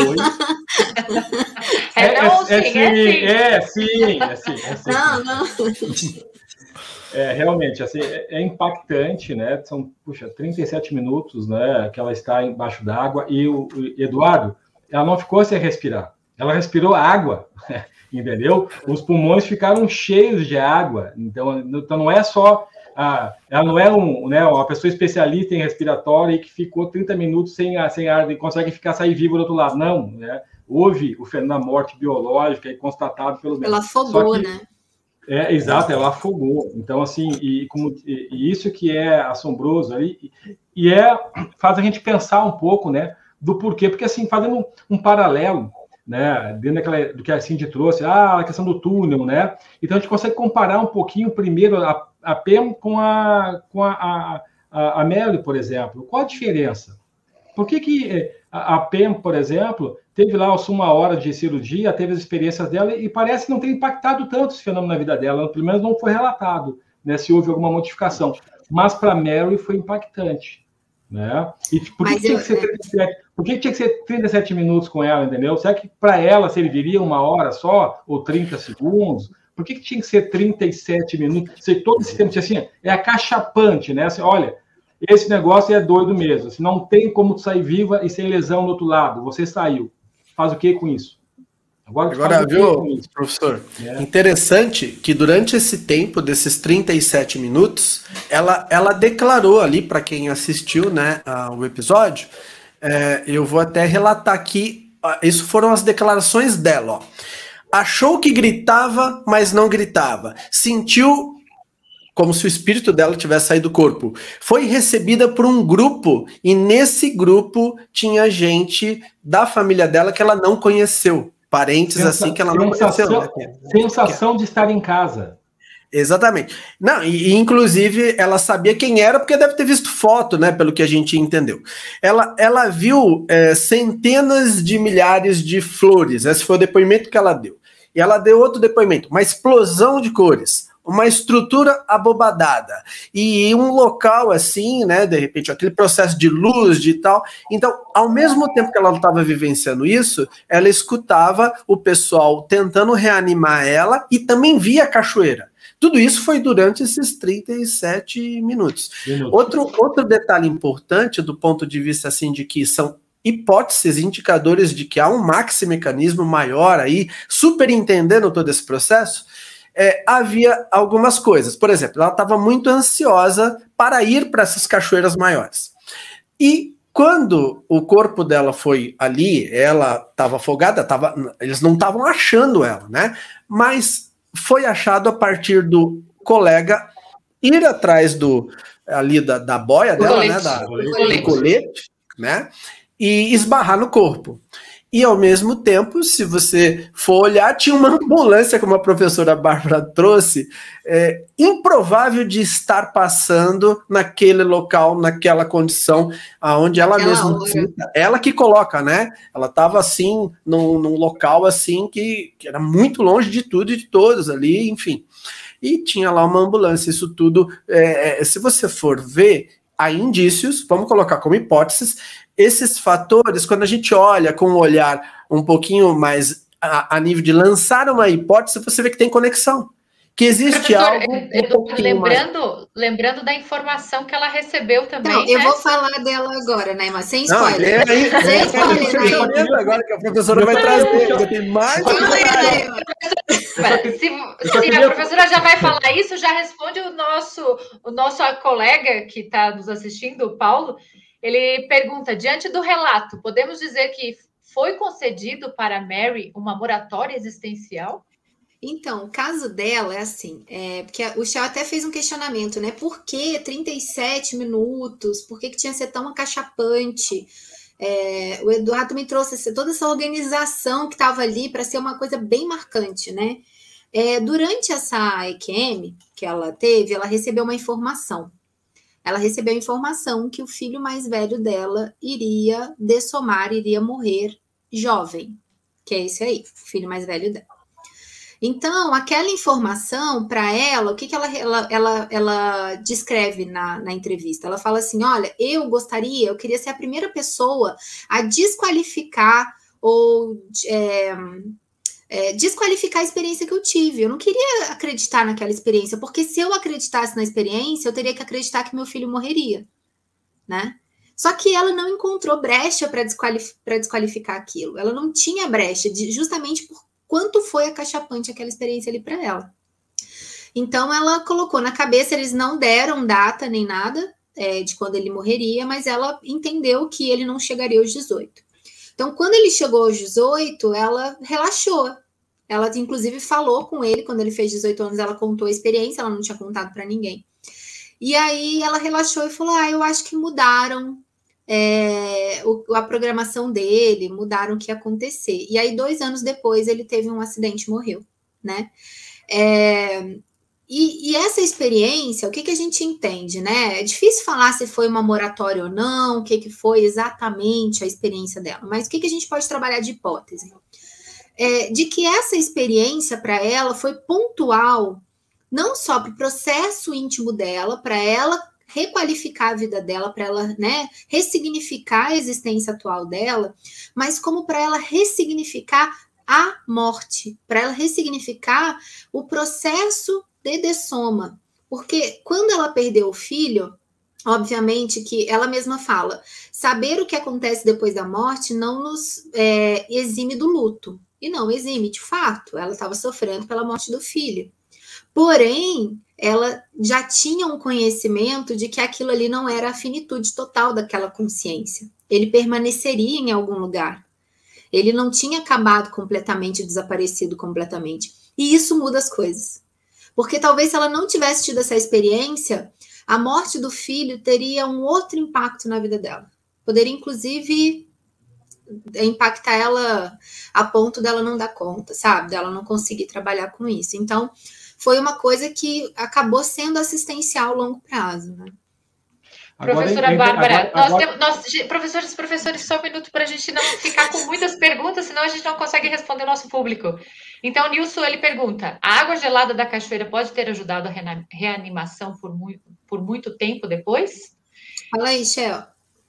é, é não ou sim, é sim. É sim, é sim. É sim. Não, não. É, realmente, assim, é, é impactante, né? São, puxa, trinta e sete minutos, né? Que ela está embaixo d'água e o, o Eduardo, ela não ficou sem respirar. Ela respirou água, entendeu? Os pulmões ficaram cheios de água. Então, então não é só... Ah, ela não é um, né, uma pessoa especialista em respiratório e que ficou trinta minutos sem, sem ar e consegue ficar sair vivo do outro lado. Não, né? Houve o fenômeno da morte biológica e constatado pelo médico. Ela afogou, que, né? É, exato, ela afogou. Então, assim, e, como, e, e isso que é assombroso aí, e, e é, faz a gente pensar um pouco, né, do porquê, porque, assim, fazendo um, um paralelo, né, dentro daquela, do que a Cindy trouxe, ah, a questão do túnel, né, então a gente consegue comparar um pouquinho, primeiro, a, a Pam com a, com a, a, a, a Mary, por exemplo. Qual a diferença? Por que que a, a Pam, por exemplo, teve lá uma hora de cirurgia, teve as experiências dela e parece não ter impactado tanto esse fenômeno na vida dela, pelo menos não foi relatado, né, se houve alguma modificação. Mas para Mary foi impactante, né? E por que, que, tinha eu, que ser trinta e sete, por que, que tinha que ser trinta e sete minutos com ela, entendeu? Será que para ela serviria uma hora só, ou trinta segundos? Por que, que tinha que ser trinta e sete minutos? Se todo esse tempo, assim, é acachapante, né? Assim, olha, esse negócio é doido mesmo. Assim, não tem como sair viva e sem lesão do outro lado. Você saiu. Faz o que com isso? Agora, Agora viu, professor, é. Interessante que durante esse tempo, desses trinta e sete minutos, ela, ela declarou ali, para quem assistiu, né, a, o episódio, é, eu vou até relatar aqui, isso foram as declarações dela, ó. Achou que gritava, mas não gritava. Sentiu como se o espírito dela tivesse saído do corpo. Foi recebida por um grupo, e nesse grupo tinha gente da família dela que ela não conheceu. Parentes Sensa, assim que ela não sensação, conheceu. Né? Sensação de estar em casa. Exatamente. Não, e, e inclusive ela sabia quem era porque deve ter visto foto, né? Pelo que a gente entendeu. Ela, ela viu é, centenas de milhares de flores. Esse foi o depoimento que ela deu. E ela deu outro depoimento, uma explosão de cores, uma estrutura abobadada e um local assim, né, de repente, aquele processo de luz, de tal. Então, ao mesmo tempo que ela estava vivenciando isso, ela escutava o pessoal tentando reanimar ela e também via a cachoeira. Tudo isso foi durante esses trinta e sete minutos. Minutos. Outro, outro detalhe importante do ponto de vista assim de que são hipóteses, indicadores de que há um maximecanismo maior aí, superintendendo todo esse processo, É, havia algumas coisas. Por exemplo, ela estava muito ansiosa para ir para essas cachoeiras maiores. E quando o corpo dela foi ali, ela estava afogada, tava, eles não estavam achando ela, né? Mas foi achado a partir do colega ir atrás do ali da, da boia dela, colete, né? Da, colete. Do colete, né? E esbarrar no corpo. E, ao mesmo tempo, se você for olhar, tinha uma ambulância, como a professora Bárbara trouxe, é, improvável de estar passando naquele local, naquela condição, onde ela mesma... Ela que coloca, né? Ela estava, assim, num, num local, assim, que, que era muito longe de tudo e de todos ali, enfim. E tinha lá uma ambulância, isso tudo... É, se você for ver, há indícios, vamos colocar como hipóteses, esses fatores, quando a gente olha com um olhar um pouquinho mais a, a nível de lançar uma hipótese, você vê que tem conexão. Que existe Professor, algo um Edu, lembrando, lembrando da informação que ela recebeu também. Não, eu né? vou falar dela agora, né, mas sem spoiler. Não, é, é, sem é, spoiler, é, é, é, agora que a professora vai trazer, ainda tem mais. Se, se a professora já vai falar isso, já responde o nosso, o nosso colega que está nos assistindo, o Paulo. Ele pergunta, diante do relato, podemos dizer que foi concedido para Mary uma moratória existencial? Então, o caso dela é assim, é, porque o Chá até fez um questionamento, né? Por que trinta e sete minutos? Por que, que tinha que ser tão acachapante? É, o Eduardo me trouxe toda essa organização que estava ali para ser uma coisa bem marcante, né? É, durante essa E Q M que ela teve, ela recebeu uma informação. Ela recebeu a informação que o filho mais velho dela iria dessomar, iria morrer jovem, que é esse aí, o filho mais velho dela. Então, aquela informação, para ela, o que, que ela, ela, ela, ela descreve na, na entrevista? Ela fala assim, olha, eu gostaria, eu queria ser a primeira pessoa a desqualificar ou... É, É, desqualificar a experiência que eu tive. Eu não queria acreditar naquela experiência, porque se eu acreditasse na experiência, eu teria que acreditar que meu filho morreria, né? Só que ela não encontrou brecha para desqualif desqualificar aquilo. Ela não tinha brecha, de, justamente por quanto foi acachapante aquela experiência ali para ela. Então, ela colocou na cabeça, eles não deram data nem nada é, de quando ele morreria, mas ela entendeu que ele não chegaria aos dezoito. Então, quando ele chegou aos dezoito, ela relaxou. Ela, inclusive, falou com ele, quando ele fez dezoito anos, ela contou a experiência, ela não tinha contado para ninguém. E aí, ela relaxou e falou, ah, eu acho que mudaram é, o, a programação dele, mudaram o que ia acontecer. E aí, dois anos depois, ele teve um acidente e morreu, né? É... E, e essa experiência, o que, que a gente entende, né? É difícil falar se foi uma moratória ou não, o que, que foi exatamente a experiência dela, mas o que, que a gente pode trabalhar de hipótese? É, de que essa experiência para ela foi pontual, não só para o processo íntimo dela, para ela requalificar a vida dela, para ela, né, ressignificar a existência atual dela, mas como para ela ressignificar a morte, para ela ressignificar o processo de dessoma, porque quando ela perdeu o filho, obviamente que ela mesma fala, saber o que acontece depois da morte não nos é, exime do luto. E não exime, de fato, ela estava sofrendo pela morte do filho. Porém, ela já tinha um conhecimento de que aquilo ali não era a finitude total daquela consciência. Ele permaneceria em algum lugar. Ele não tinha acabado completamente, desaparecido completamente. E isso muda as coisas. Porque talvez se ela não tivesse tido essa experiência, a morte do filho teria um outro impacto na vida dela. Poderia, inclusive, impactar ela a ponto dela não dar conta, sabe? Dela não conseguir trabalhar com isso. Então, foi uma coisa que acabou sendo assistencial a longo prazo, né? Agora, Professora Bárbara, agora, nós agora... Temos, nós, professores e professores, só um minuto para a gente não ficar com muitas perguntas, senão a gente não consegue responder o nosso público. Então, o Nilson, ele pergunta, a água gelada da cachoeira pode ter ajudado a reanimação por muito, por muito tempo depois? Fala aí, Shel.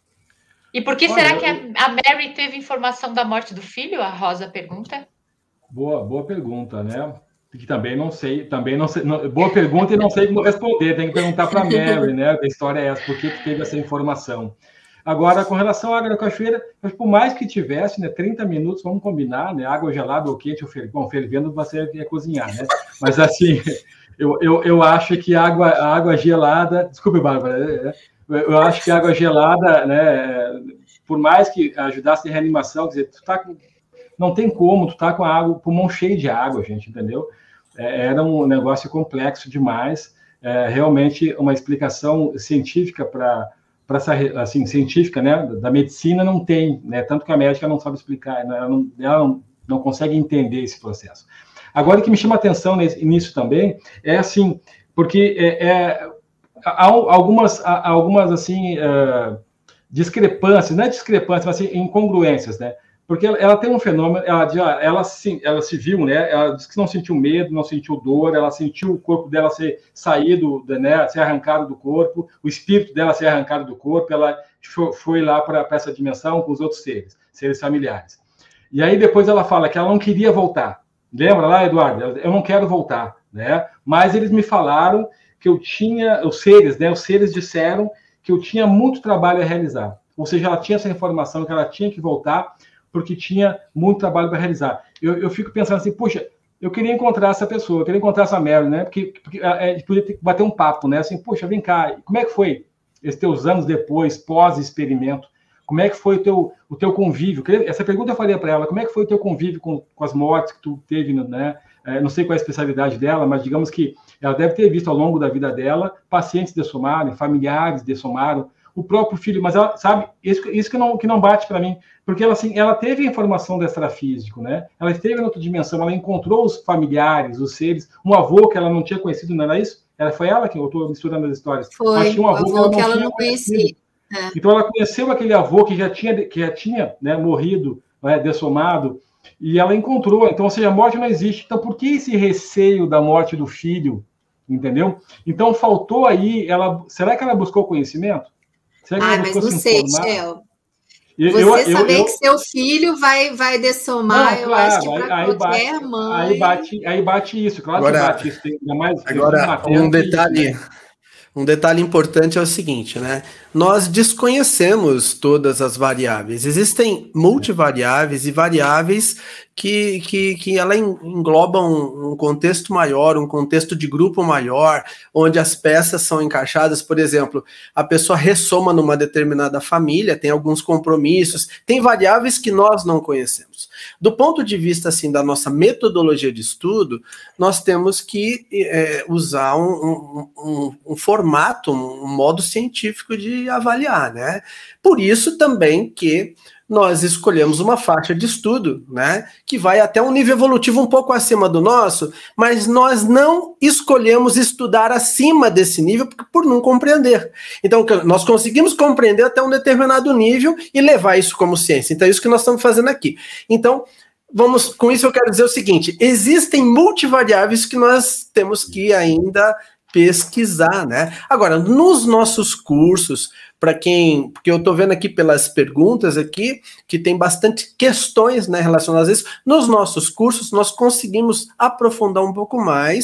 E por que Olha, será eu... que a, a Mary teve informação da morte do filho? A Rosa pergunta. Boa, boa pergunta, né? Que também não sei, também não sei. Não, boa pergunta e não sei como responder. Tem que perguntar para a Mary, né? A história é essa, por que teve essa informação? Agora, com relação à água da cachoeira, por mais que tivesse, né, trinta minutos, vamos combinar, né? Água gelada ou quente, ou fer... bom, fervendo você é cozinhar, né? Mas assim, eu, eu, eu acho que a água, a água gelada. Desculpe, Bárbara, eu acho que a água gelada, né? Por mais que ajudasse em reanimação, quer dizer, tu tá com. Não tem como, tu tá com a água, o pulmão cheio de água, gente, entendeu? É, era um negócio complexo demais, é, realmente uma explicação científica para essa, assim, científica, né, da medicina não tem, né, tanto que a médica não sabe explicar, ela não, ela não, não consegue entender esse processo. Agora, o que me chama a atenção nesse, nisso também é, assim, porque é, é, há algumas, há algumas assim, uh, discrepâncias, não é discrepâncias, mas assim, incongruências, né? Porque ela, ela tem um fenômeno, ela, ela, ela, se, ela se viu, né? Ela disse que não sentiu medo, não sentiu dor, ela sentiu o corpo dela ser saído, né? Ser arrancado do corpo, o espírito dela ser arrancado do corpo, ela foi, foi lá para essa dimensão com os outros seres, seres familiares. E aí depois ela fala que ela não queria voltar. Lembra lá, Eduardo? Eu não quero voltar, né? Mas eles me falaram que eu tinha, os seres, né? Os seres disseram que eu tinha muito trabalho a realizar. Ou seja, ela tinha essa informação que ela tinha que voltar porque tinha muito trabalho para realizar. Eu, eu fico pensando assim, puxa, eu queria encontrar essa pessoa, eu queria encontrar essa Mary, né? Porque, porque a gente podia ter que bater um papo, né? Assim, puxa, vem cá, como é que foi esses teus anos depois, pós-experimento? Como é que foi o teu, o teu convívio? Essa pergunta eu falei para ela, como é que foi o teu convívio com, com as mortes que tu teve, né? É, não sei qual é a especialidade dela, mas digamos que ela deve ter visto ao longo da vida dela pacientes dessomaram, familiares dessomaram, o próprio filho, mas ela sabe, isso, isso que, não, que não bate para mim, porque ela, assim, ela teve a informação do extrafísico, né? Ela esteve na outra dimensão, ela encontrou os familiares, os seres, um avô que ela não tinha conhecido, não era isso? Ela, foi ela que eu estou misturando as histórias. Foi, mas tinha um avô, avô que ela, que ela não, não conhecia. É. Então ela conheceu aquele avô que já tinha, que já tinha né, morrido, né, dessomado, e ela encontrou. Então, ou seja, a morte não existe. Então, por que esse receio da morte do filho? Entendeu? Então, faltou aí, ela, será que ela buscou conhecimento? Será que ah, ela mas buscou não se sei, informar? Shel. Eu, Você eu, saber eu, eu... que seu filho vai, vai dessomar, não, eu claro, acho que para aí, qualquer bate, mãe... Aí bate, aí bate isso, claro agora, que bate isso. Tem, mais, agora, um detalhe... Isso, né? Um detalhe importante é o seguinte, né? Nós desconhecemos todas as variáveis. Existem multivariáveis e variáveis que, que, que ela englobam um contexto maior, um contexto de grupo maior, onde as peças são encaixadas. Por exemplo, a pessoa ressoma numa determinada família, tem alguns compromissos, tem variáveis que nós não conhecemos. Do ponto de vista assim, da nossa metodologia de estudo, nós temos que é, usar um, um, um, um formato, um modo científico de avaliar, né? Por isso também que nós escolhemos uma faixa de estudo, né, que vai até um nível evolutivo um pouco acima do nosso, mas nós não escolhemos estudar acima desse nível por não compreender. Então, nós conseguimos compreender até um determinado nível e levar isso como ciência. Então, é isso que nós estamos fazendo aqui. Então, vamos, com isso eu quero dizer o seguinte, existem multivariáveis que nós temos que ainda pesquisar, né? Agora, nos nossos cursos, para quem, porque eu estou vendo aqui pelas perguntas aqui, que tem bastante questões, né, relacionadas a isso, nos nossos cursos nós conseguimos aprofundar um pouco mais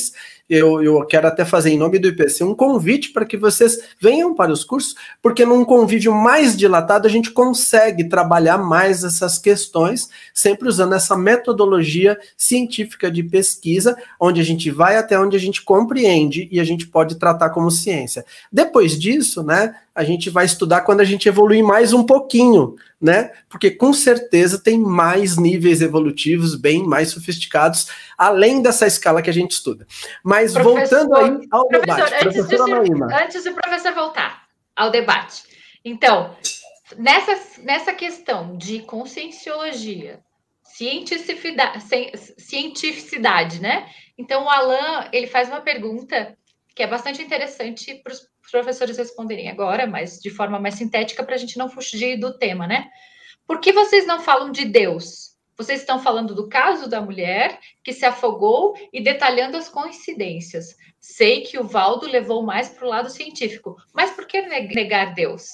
eu, eu quero até fazer em nome do I P C um convite para que vocês venham para os cursos, porque num convívio mais dilatado a gente consegue trabalhar mais essas questões, sempre usando essa metodologia científica de pesquisa, onde a gente vai até onde a gente compreende e a gente pode tratar como ciência. Depois disso, né, a gente vai estudar quando a gente evoluir mais um pouquinho, né? Porque com certeza tem mais níveis evolutivos, bem mais sofisticados, além dessa escala que a gente estuda. Mas Professor, voltando aí ao professor, debate, antes, professora de, Naíma. antes do professor voltar ao debate. Então, nessa, nessa questão de conscienciologia, cientificidade, cientificidade, né? Então, o Alan, ele faz uma pergunta que é bastante interessante para os professores responderem agora, mas de forma mais sintética, para a gente não fugir do tema, né? Por que vocês não falam de Deus? Vocês estão falando do caso da mulher que se afogou e detalhando as coincidências. Sei que o Valdo levou mais para o lado científico, mas por que negar Deus?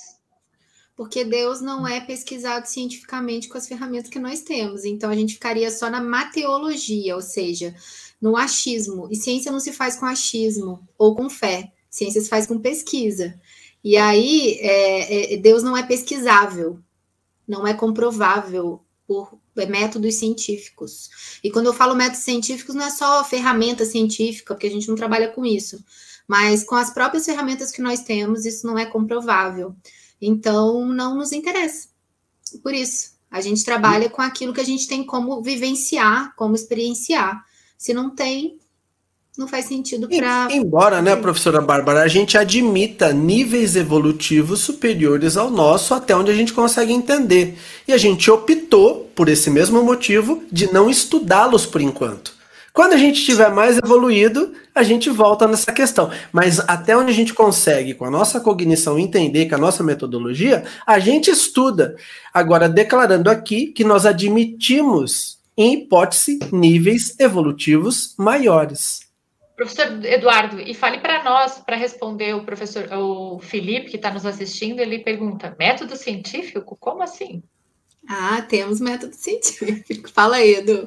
Porque Deus não é pesquisado cientificamente com as ferramentas que nós temos. Então, a gente ficaria só na mateologia, ou seja, no achismo. E ciência não se faz com achismo ou com fé. Ciência se faz com pesquisa. E aí, é, é, Deus não é pesquisável, não é comprovável por métodos científicos. E quando eu falo métodos científicos, não é só ferramenta científica, porque a gente não trabalha com isso, mas com as próprias ferramentas que nós temos, isso não é comprovável. Então, não nos interessa. Por isso, a gente trabalha com aquilo que a gente tem como vivenciar, como experienciar. Se não tem, não faz sentido para... Embora, né, professora Bárbara, a gente admita níveis evolutivos superiores ao nosso até onde a gente consegue entender. E a gente optou, por esse mesmo motivo, de não estudá-los por enquanto. Quando a gente estiver mais evoluído, a gente volta nessa questão. Mas até onde a gente consegue, com a nossa cognição, entender com a nossa metodologia, a gente estuda. Agora, declarando aqui que nós admitimos, em hipótese, níveis evolutivos maiores. Professor Eduardo, e fale para nós, para responder o professor, o Felipe, que está nos assistindo, ele pergunta, método científico? Como assim? Ah, temos método científico. Fala aí, Edu.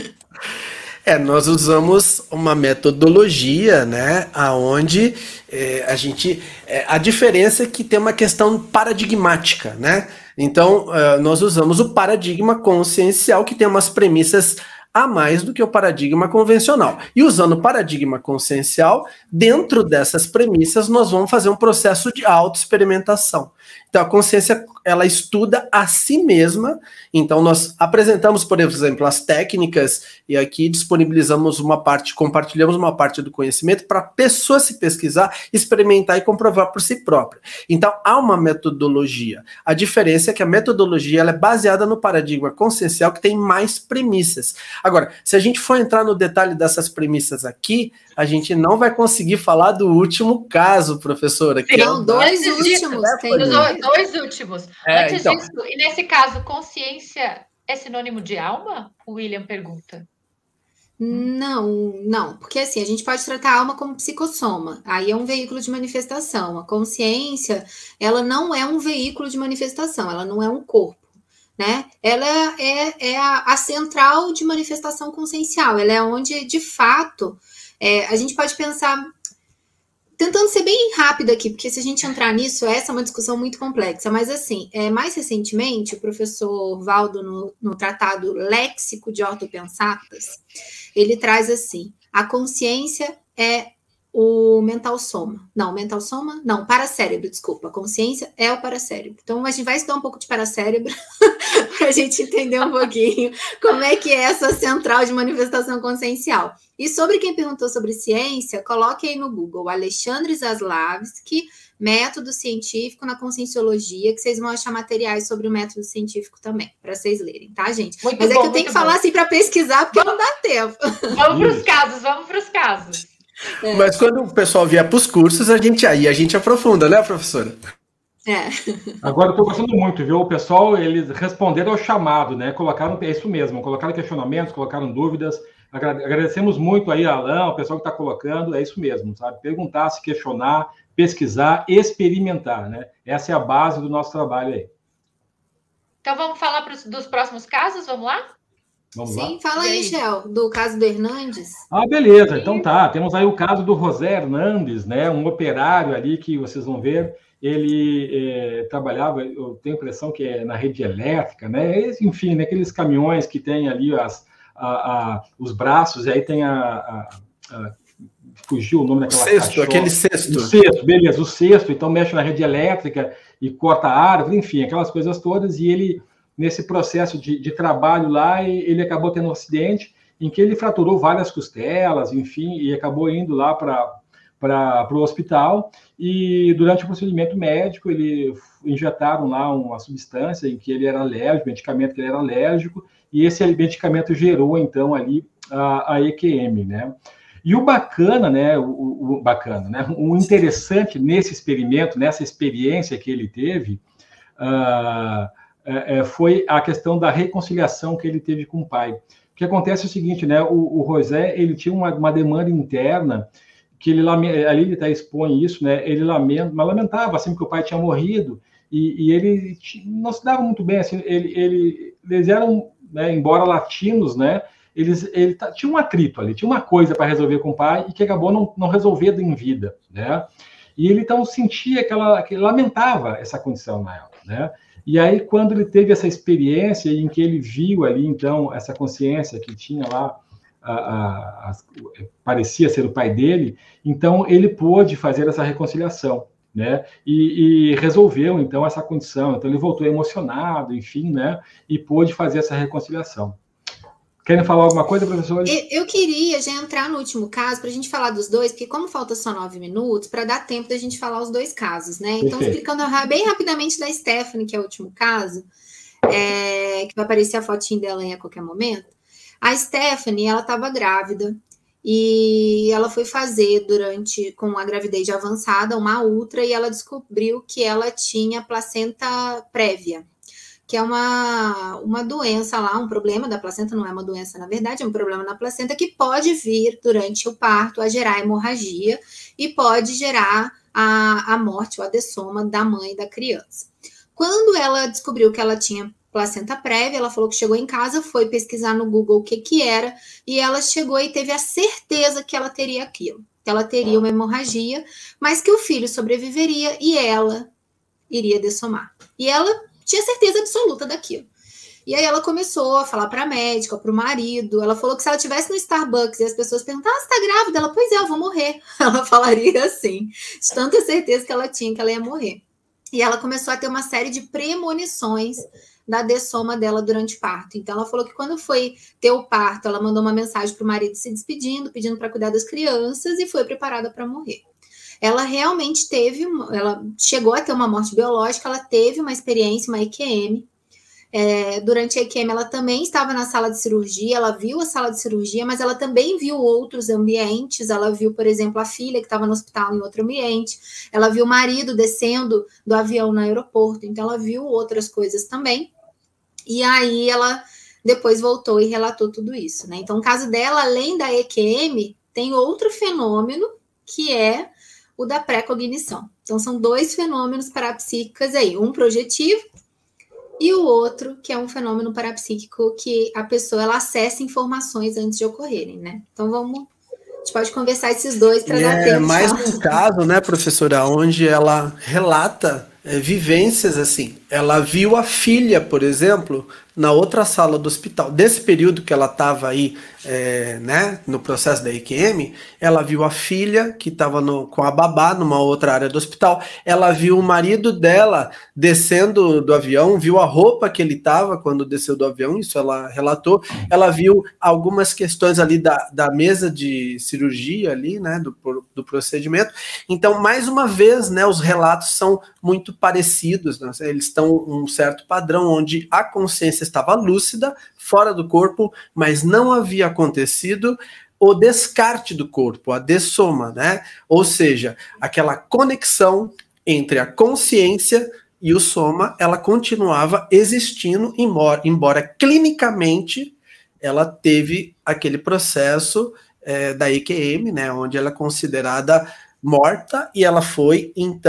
É, nós usamos uma metodologia, né, aonde é, a gente, é, a diferença é que tem uma questão paradigmática, né, então uh, nós usamos o paradigma consciencial, que tem umas premissas a mais do que o paradigma convencional. E usando o paradigma consciencial, dentro dessas premissas, nós vamos fazer um processo de autoexperimentação. Então, a consciência, ela estuda a si mesma. Então, nós apresentamos, por exemplo, as técnicas e aqui disponibilizamos uma parte, compartilhamos uma parte do conhecimento para a pessoa se pesquisar, experimentar e comprovar por si própria. Então, há uma metodologia. A diferença é que a metodologia ela é baseada no paradigma consciencial, que tem mais premissas. Agora, se a gente for entrar no detalhe dessas premissas aqui, a gente não vai conseguir falar do último caso, professora. Que não, é dois últimos. Tem dois, dois últimos. É, Antes então... disso, e nesse caso, consciência é sinônimo de alma? O William pergunta. Não, não, porque assim, a gente pode tratar a alma como psicossoma, aí é um veículo de manifestação. A consciência, ela não é um veículo de manifestação, ela não é um corpo. Né? Ela é, é a, a central de manifestação consciencial, ela é onde, de fato, é, a gente pode pensar, tentando ser bem rápido aqui, porque se a gente entrar nisso, essa é uma discussão muito complexa, mas assim, é, mais recentemente, o professor Valdo, no, no tratado Léxico de Ortopensatas, ele traz assim, a consciência é o mental soma. Não, mental soma? Não, paracérebro, desculpa. A consciência é o paracérebro. Então, a gente vai estudar um pouco de paracérebro para a gente entender um pouquinho como é que é essa central de manifestação consciencial. E sobre quem perguntou sobre ciência, coloque aí no Google Alexandre Zaslavsky, método científico na conscienciologia, que vocês vão achar materiais sobre o método científico também, para vocês lerem, tá, gente? Muito Mas bom, é que eu tenho que bom. falar assim para pesquisar, porque vamos, não dá tempo. Vamos para os casos, vamos para os casos. É. Mas quando o pessoal vier para os cursos, a gente aí a gente aprofunda, né, professora? É. Agora eu estou gostando muito, viu? O pessoal, eles responderam ao chamado, né? Colocaram, é isso mesmo, colocaram questionamentos, colocaram dúvidas. Agradecemos muito aí a Alan, o pessoal que está colocando, é isso mesmo, sabe? Perguntar, se questionar, pesquisar, experimentar, né? Essa é a base do nosso trabalho aí. Então vamos falar pros, dos próximos casos, vamos lá? Vamos Sim, lá? fala aí, Shel, do caso do Hernandes. Ah, beleza. Então tá. Temos aí o caso do José Hernandes, né? Um operário ali que vocês vão ver. Ele é, trabalhava, eu tenho a impressão que é na rede elétrica, né? Enfim, naqueles caminhões que tem ali as, a, a, os braços, e aí tem a, a, a fugiu o nome daquela cesto, caixola. aquele cesto. O cesto, beleza, o cesto, então mexe na rede elétrica e corta a árvore, enfim, aquelas coisas todas, e ele, nesse processo de, de trabalho lá, ele acabou tendo um acidente em que ele fraturou várias costelas, enfim, e acabou indo lá para para o hospital, e durante o procedimento médico, ele injetaram lá uma substância em que ele era alérgico, medicamento que ele era alérgico, e esse medicamento gerou, então, ali a, a E Q M, né? E o bacana, né, o, o bacana, né, o interessante nesse experimento, nessa experiência que ele teve, uh, é, foi a questão da reconciliação que ele teve com o pai. O que acontece é o seguinte, né, o, o José, ele tinha uma, uma demanda interna, que ele, ali ele até expõe isso, né, ele lamenta, mas lamentava, assim, que o pai tinha morrido, e, e ele não se dava muito bem, assim, ele, ele, eles eram, né, embora latinos, né, Eles, ele tinha um atrito ali, tinha uma coisa para resolver com o pai e que acabou não, não resolvendo em vida, né? E ele então sentia aquela, que lamentava essa condição na ela, né? E aí quando ele teve essa experiência em que ele viu ali então essa consciência que tinha lá, a, a, a, parecia ser o pai dele, então ele pôde fazer essa reconciliação, né? E, e resolveu então essa condição. Então ele voltou emocionado, enfim, né? E pôde fazer essa reconciliação. Querem falar alguma coisa, professor? Eu queria já entrar no último caso para a gente falar dos dois, porque como falta só nove minutos, para dar tempo da gente falar os dois casos, né? Então, Perfeito. Explicando bem rapidamente da Stephanie, que é o último caso, é, que vai aparecer a fotinho dela aí a qualquer momento. A Stephanie, ela estava grávida e ela foi fazer durante, com a gravidez avançada, uma ultra, e ela descobriu que ela tinha placenta prévia, que é uma, uma doença lá, um problema da placenta, não é uma doença na verdade, é um problema na placenta que pode vir durante o parto a gerar hemorragia e pode gerar a, a morte, o adessoma da mãe da criança. Quando ela descobriu que ela tinha placenta prévia, ela falou que chegou em casa, foi pesquisar no Google o que que era, e ela chegou e teve a certeza que ela teria aquilo, que ela teria uma hemorragia, mas que o filho sobreviveria e ela iria dessomar. E ela tinha certeza absoluta daquilo. E aí ela começou a falar para a médica, para o marido. Ela falou que se ela estivesse no Starbucks e as pessoas perguntavam, ah, você está grávida? Ela, pois é, eu vou morrer. Ela falaria assim, de tanta certeza que ela tinha que ela ia morrer. E ela começou a ter uma série de premonições da dessoma dela durante o parto. Então ela falou que quando foi ter o parto, ela mandou uma mensagem para o marido se despedindo, pedindo para cuidar das crianças e foi preparada para morrer. Ela realmente teve, ela chegou a ter uma morte biológica, ela teve uma experiência, uma E Q M. É, durante a E Q M, ela também estava na sala de cirurgia, ela viu a sala de cirurgia, mas ela também viu outros ambientes. Ela viu, por exemplo, a filha que estava no hospital em outro ambiente, ela viu o marido descendo do avião no aeroporto, então ela viu outras coisas também. E aí ela depois voltou e relatou tudo isso, né? Então, o caso dela, além da E Q M, tem outro fenômeno que é o da pré-cognição. Então, são dois fenômenos parapsíquicos aí, um projetivo e o outro que é um fenômeno parapsíquico que a pessoa ela acessa informações antes de ocorrerem, né? Então, vamos, a gente pode conversar esses dois para dar é tempo. É mais um caso, né, professora, onde ela relata é, vivências assim. Ela viu a filha, por exemplo, na outra sala do hospital. Desse período que ela estava aí, é, né, no processo da E Q M, ela viu a filha que estava com a babá numa outra área do hospital. Ela viu o marido dela descendo do avião, viu a roupa que ele estava quando desceu do avião, isso ela relatou. Ela viu algumas questões ali da, da mesa de cirurgia ali, né, do, do procedimento. Então, mais uma vez, né, os relatos são muito parecidos, né? Eles estão um certo padrão onde a consciência estava lúcida, fora do corpo, mas não havia acontecido o descarte do corpo, a dessoma, né? Ou seja, aquela conexão entre a consciência e o soma, ela continuava existindo, embora, embora clinicamente ela teve aquele processo é, da E Q M, né? Onde ela é considerada morta e ela foi, então,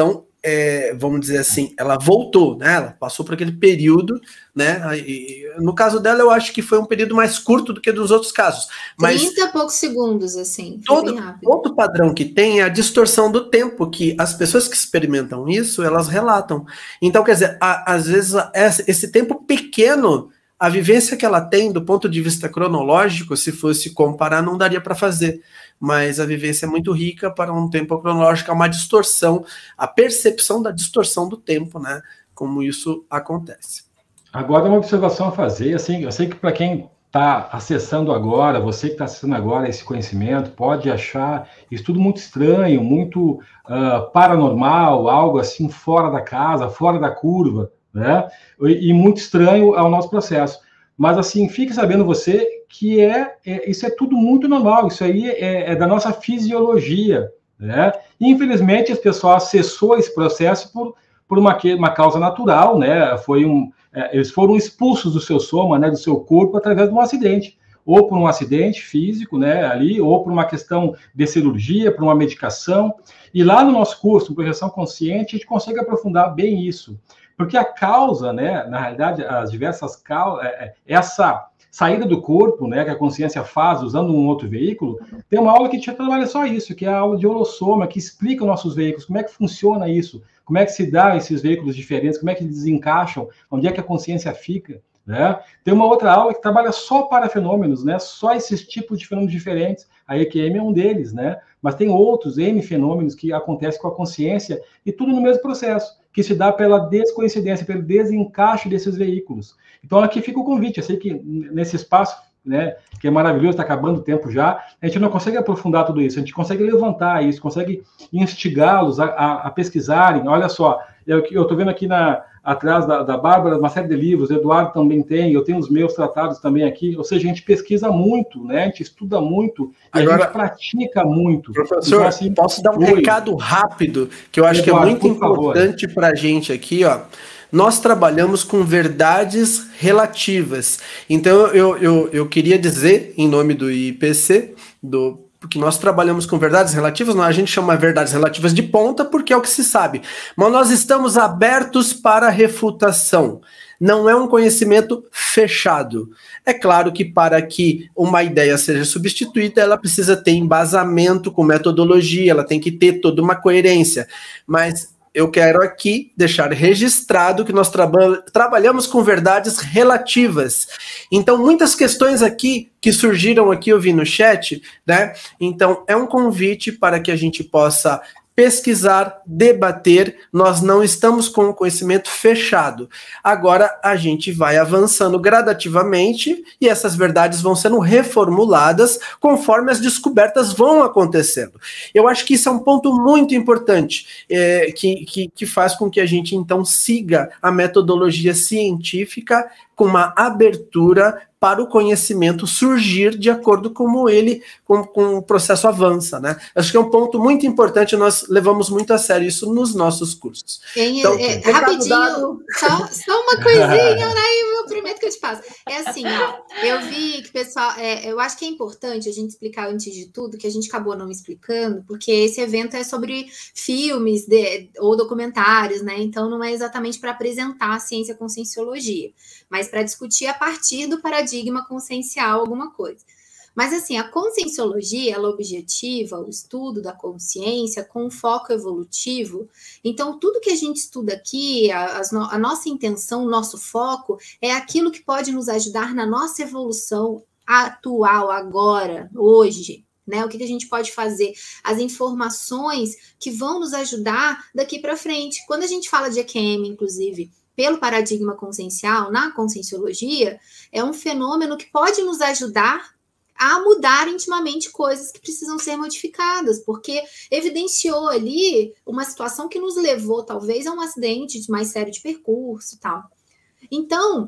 é, vamos dizer assim, ela voltou, né? Ela passou por aquele período, né? E, no caso dela, eu acho que foi um período mais curto do que dos outros casos. Mas trinta e poucos segundos, assim. Todo, outro padrão que tem é a distorção do tempo, que as pessoas que experimentam isso, elas relatam. Então, quer dizer, a, às vezes, a, esse tempo pequeno, a vivência que ela tem, do ponto de vista cronológico, se fosse comparar, não daria para fazer. Mas a vivência é muito rica para um tempo cronológico, é uma distorção, a percepção da distorção do tempo, né? Como isso acontece. Agora, uma observação a fazer, assim, eu sei que para quem está acessando agora, você que está acessando agora esse conhecimento, pode achar isso tudo muito estranho, muito uh, paranormal, algo assim fora da casa, fora da curva, né? E, e muito estranho ao nosso processo. Mas, assim, fique sabendo você que é, é isso é tudo muito normal, isso aí é, é da nossa fisiologia, né? E, infelizmente, as pessoas acessou esse processo por, por uma, uma causa natural, né? Foi um, é, eles foram expulsos do seu soma, né, do seu corpo, através de um acidente, ou por um acidente físico, né, ali, ou por uma questão de cirurgia, por uma medicação. E lá no nosso curso, Projeção Consciente, a gente consegue aprofundar bem isso. Porque a causa, né, na realidade, as diversas causas, essa saída do corpo, né, que a consciência faz usando um outro veículo, tem uma aula que te trabalha só isso, que é a aula de holossoma, que explica os nossos veículos, como é que funciona isso, como é que se dá esses veículos diferentes, como é que eles desencaixam, onde é que a consciência fica, né? Tem uma outra aula que trabalha só para fenômenos, né, só esses tipos de fenômenos diferentes, a E Q M é um deles, né, mas tem outros N fenômenos que acontecem com a consciência, e tudo no mesmo processo, que se dá pela descoincidência, pelo desencaixe desses veículos. Então, aqui fica o convite. Eu sei que nesse espaço, né, que é maravilhoso, está acabando o tempo já, a gente não consegue aprofundar tudo isso, a gente consegue levantar isso, consegue instigá-los a, a, a pesquisarem. Olha só, eu estou vendo aqui na, atrás da, da Bárbara uma série de livros, o Eduardo também tem, eu tenho os meus tratados também aqui, ou seja, a gente pesquisa muito, né, a gente estuda muito, e agora, a gente pratica muito. Professor, então, assim, posso dar um foi. recado rápido, que eu acho Eduardo, que é muito importante para a gente aqui, ó. Nós trabalhamos com verdades relativas. Então, eu, eu, eu queria dizer, em nome do I P C, do, que nós trabalhamos com verdades relativas, a gente chama verdades relativas de ponta, porque é o que se sabe. Mas nós estamos abertos para refutação. Não é um conhecimento fechado. É claro que para que uma ideia seja substituída, ela precisa ter embasamento com metodologia, ela tem que ter toda uma coerência. Mas eu quero aqui deixar registrado que nós traba- trabalhamos com verdades relativas. Então, muitas questões aqui que surgiram aqui, eu vi no chat, né? Então, é um convite para que a gente possa pesquisar, debater. Nós não estamos com o conhecimento fechado. Agora a gente vai avançando gradativamente e essas verdades vão sendo reformuladas conforme as descobertas vão acontecendo. Eu acho que isso é um ponto muito importante, é, que, que, que faz com que a gente então siga a metodologia científica com uma abertura para o conhecimento surgir de acordo com como ele, com, com o processo avança, né? Acho que é um ponto muito importante, nós levamos muito a sério isso nos nossos cursos. Tem, então, é, rapidinho, só, só uma coisinha, né? Eu prometo que eu te passo. É assim, ó, eu vi que o pessoal, é, eu acho que é importante a gente explicar antes de tudo, que a gente acabou não explicando, porque esse evento é sobre filmes de, ou documentários, né? Então não é exatamente para apresentar a ciência conscienciologia, mas para discutir a partir do paradigma consciencial alguma coisa. Mas assim, a conscienciologia, ela objetiva o estudo da consciência com foco evolutivo. Então, tudo que a gente estuda aqui, a, a nossa intenção, o nosso foco, é aquilo que pode nos ajudar na nossa evolução atual, agora, hoje. Né? O que, que a gente pode fazer? As informações que vão nos ajudar daqui para frente. Quando a gente fala de E Q M, inclusive, pelo paradigma consciencial, na conscienciologia, é um fenômeno que pode nos ajudar a mudar intimamente coisas que precisam ser modificadas, porque evidenciou ali uma situação que nos levou, talvez, a um acidente mais sério de percurso e tal. Então,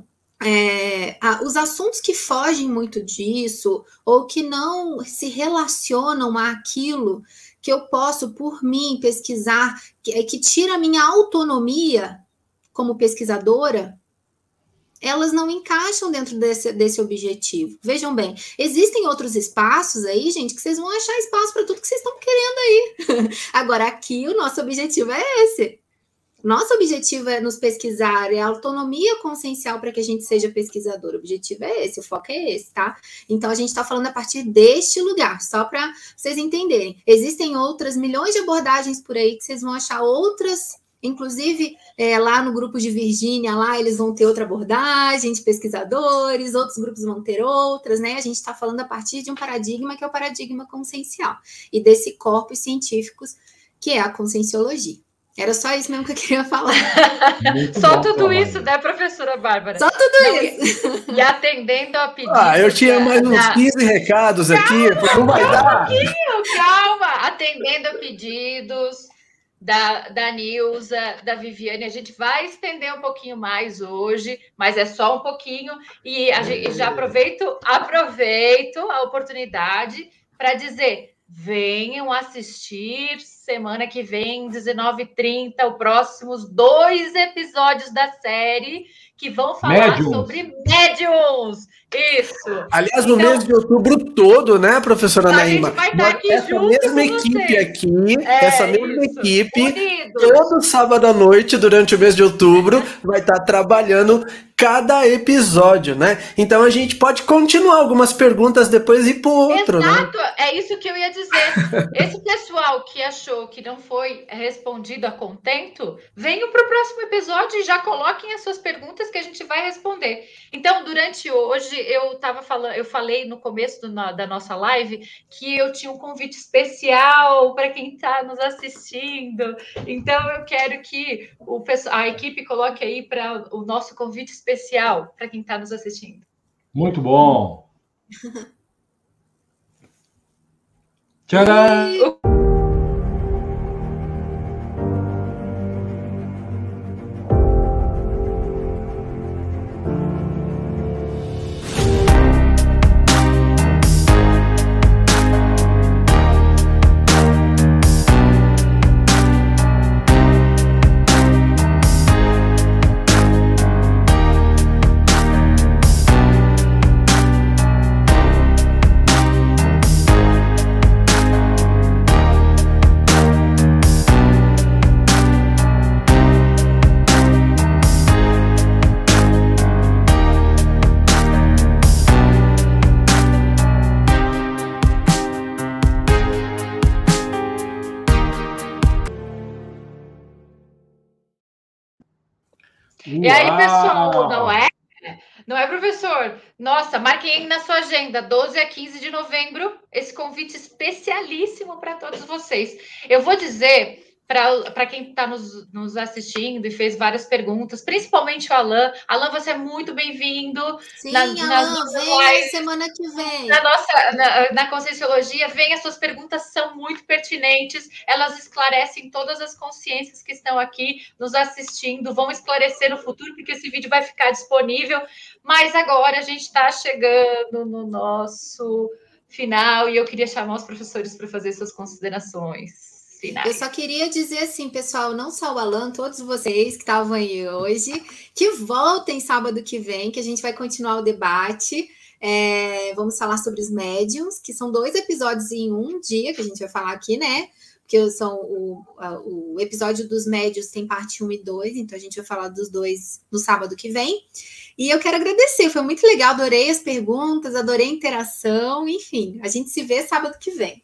é, a, os assuntos que fogem muito disso, ou que não se relacionam àquilo que eu posso, por mim, pesquisar, que, que tira a minha autonomia como pesquisadora, elas não encaixam dentro desse, desse objetivo. Vejam bem, existem outros espaços aí, gente, que vocês vão achar espaço para tudo que vocês estão querendo aí. Agora, aqui o nosso objetivo é esse. Nosso objetivo é nos pesquisar, é a autonomia consciencial para que a gente seja pesquisador. O objetivo é esse, o foco é esse, tá? Então, a gente está falando a partir deste lugar, só para vocês entenderem. Existem outras milhões de abordagens por aí que vocês vão achar outras. Inclusive, é, lá no grupo de Virgínia, lá eles vão ter outra abordagem de pesquisadores, outros grupos vão ter outras, né? A gente está falando a partir de um paradigma que é o paradigma consciencial e desse corpos científicos que é a conscienciologia. Era só isso mesmo que eu queria falar. Só tudo isso, né, professora Bárbara? Só tudo Não, isso. E, e atendendo a pedidos... Ah, eu tinha mais uns da... quinze recados calma, aqui, não vai calma dar. Um pouquinho, calma, atendendo a pedidos... Da, da Nilza, da Viviane, a gente vai estender um pouquinho mais hoje, mas é só um pouquinho, e a gente, já aproveito, aproveito a oportunidade para dizer, venham assistir semana que vem, dezenove e trinta, os próximos dois episódios da série, que vão falar médiums. sobre médiums. Isso. Aliás, no então, mês de outubro todo, né, professora Naíma? A gente vai estar aqui essa junto mesma com equipe vocês. aqui, É essa mesma isso. equipe, Unidos. todo sábado à noite, durante o mês de outubro, vai estar trabalhando cada episódio, né? Então a gente pode continuar algumas perguntas depois e ir para o outro, Exato, né? É isso que eu ia dizer. Esse pessoal que achou que não foi respondido a contento, venham para o próximo episódio e já coloquem as suas perguntas que a gente vai responder. Então, durante hoje, eu estava falando, eu falei no começo do, da nossa live que eu tinha um convite especial para quem está nos assistindo. Então, eu quero que o, a equipe coloque aí para o nosso convite especial para quem está nos assistindo. Muito bom. Tcharam! E aí, pessoal, não é? Não é, professor? Nossa, marquem aí na sua agenda, doze a quinze de novembro, esse convite especialíssimo para todos vocês. Eu vou dizer para quem está nos, nos assistindo e fez várias perguntas, principalmente o Alan. Alan, você é muito bem-vindo. Sim, na, Alan, vem semana que vem. Na nossa, na, na Conscienciologia, vem, as suas perguntas são muito pertinentes, elas esclarecem todas as consciências que estão aqui nos assistindo, vão esclarecer no futuro, porque esse vídeo vai ficar disponível, mas agora a gente está chegando no nosso final e eu queria chamar os professores para fazer suas considerações. Eu só queria dizer assim, pessoal, não só o Alan, todos vocês que estavam aí hoje, que voltem sábado que vem, que a gente vai continuar o debate. É, vamos falar sobre os médiums, que são dois episódios em um dia, que a gente vai falar aqui, né? Porque são o, o episódio dos médiums tem parte um e dois, então a gente vai falar dos dois no sábado que vem. E eu quero agradecer, foi muito legal, adorei as perguntas, adorei a interação, enfim, a gente se vê sábado que vem.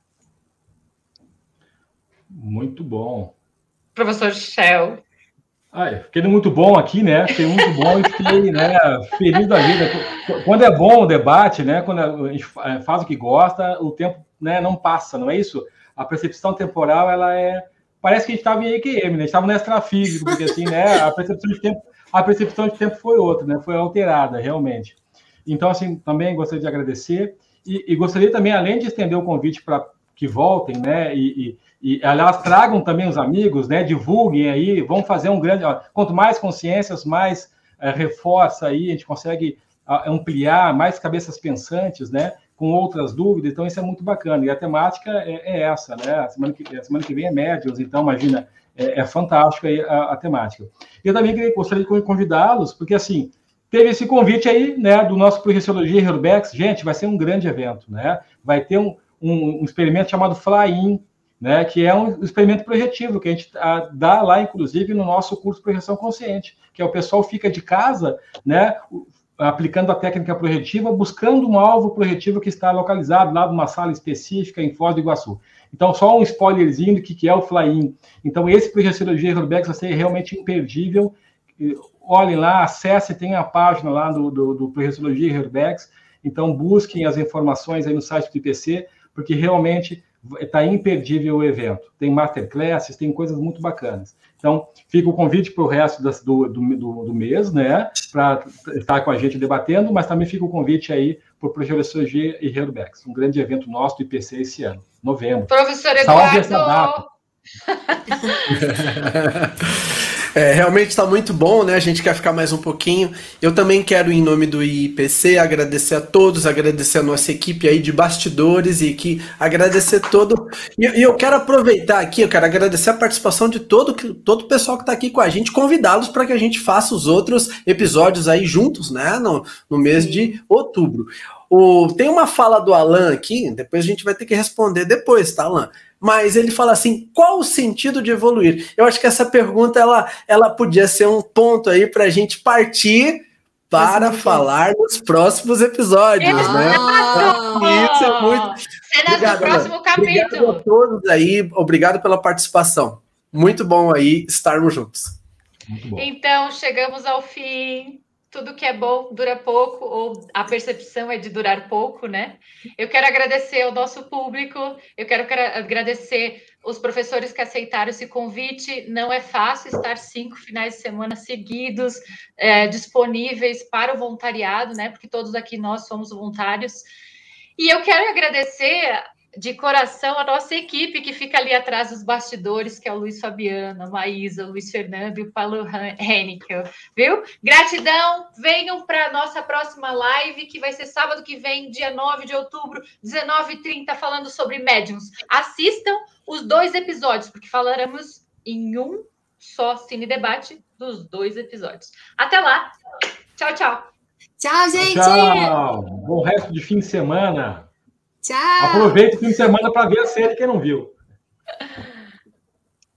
Muito bom. Professor Shell. Ah, fiquei muito bom aqui, né? Fiquei muito bom e fiquei, né, feliz da vida. Quando é bom o debate, né? Quando a gente faz o que gosta, o tempo, né, não passa, não é isso? A percepção temporal, ela é... Parece que a gente estava em E Q M, né? A gente estava no extrafísico, porque assim, né? A percepção de tempo, a percepção de tempo foi outra, né? Foi alterada, realmente. Então, assim, também gostaria de agradecer e, e gostaria também, além de estender o convite para que voltem, né? E, e E, aliás, tragam também os amigos, né? Divulguem aí, vão fazer um grande... Ó, quanto mais consciências, mais é, reforça aí, a gente consegue a, ampliar, mais cabeças pensantes, né? Com outras dúvidas, então isso é muito bacana. E a temática é, é essa, né? A semana, que, a semana que vem é médiuns, então, imagina, é, é fantástico aí a, a temática. E eu também queria, gostaria de convidá-los, porque, assim, teve esse convite aí, né? Do nosso Projeciologia Herbex. Gente, vai ser um grande evento, né? Vai ter um, um, um experimento chamado Fly-In, né, que é um experimento projetivo, que a gente dá lá, inclusive, no nosso curso Projeção Consciente, que é o pessoal fica de casa, né, aplicando a técnica projetiva, buscando um alvo projetivo que está localizado lá numa sala específica em Foz do Iguaçu. Então, só um spoilerzinho do que é o Fly-In. Então, esse Projeciologia Herbex vai ser realmente imperdível. Olhem lá, acessem, tem a página lá do, do, do Projeciologia Herbex. Então, busquem as informações aí no site do I P C, porque realmente está imperdível o evento. Tem masterclasses, tem coisas muito bacanas. Então, fica o convite para o resto das, do, do, do mês, né, para estar com a gente debatendo, mas também fica o convite aí para o Projeciologia e Herbex, um grande evento nosso do I P C esse ano, novembro. Professor Salve Eduardo! Essa data. É, realmente está muito bom, né? A gente quer ficar mais um pouquinho. Eu também quero, em nome do I P C, agradecer a todos, agradecer a nossa equipe aí de bastidores e que agradecer todo. E, e eu quero aproveitar aqui, eu quero agradecer a participação de todo, todo o pessoal que está aqui com a gente, convidá-los para que a gente faça os outros episódios aí juntos, né? No, no mês Sim. de outubro. O, tem uma fala do Alan aqui, depois a gente vai ter que responder depois, tá, Alan? Mas ele fala assim, qual o sentido de evoluir? Eu acho que essa pergunta, ela, ela podia ser um ponto aí para a gente partir para falar nos próximos episódios, Exato! né? Isso é muito... Cenas Obrigado, do próximo Alan. capítulo. Obrigado a todos aí, obrigado pela participação. Muito bom aí estarmos juntos. Muito bom. Então, chegamos ao fim. Tudo que é bom dura pouco, ou a percepção é de durar pouco, né? Eu quero agradecer ao nosso público, eu quero agradecer os professores que aceitaram esse convite. Não é fácil estar cinco finais de semana seguidos é, disponíveis para o voluntariado, né? Porque todos aqui nós somos voluntários. E eu quero agradecer de coração a nossa equipe que fica ali atrás dos bastidores, que é o Luiz Fabiano, a Maísa, o Luiz Fernando e o Paulo Hennicke, viu? Gratidão, venham para a nossa próxima live, que vai ser sábado que vem, dia nove de outubro, dezenove e trinta, falando sobre médiums. Assistam os dois episódios, porque falaremos em um só Cine Debate dos dois episódios. Até lá! Tchau, tchau! Tchau, gente! Tchau! Bom resto de fim de semana! Tchau! Aproveita o fim de semana para ver a série quem não viu.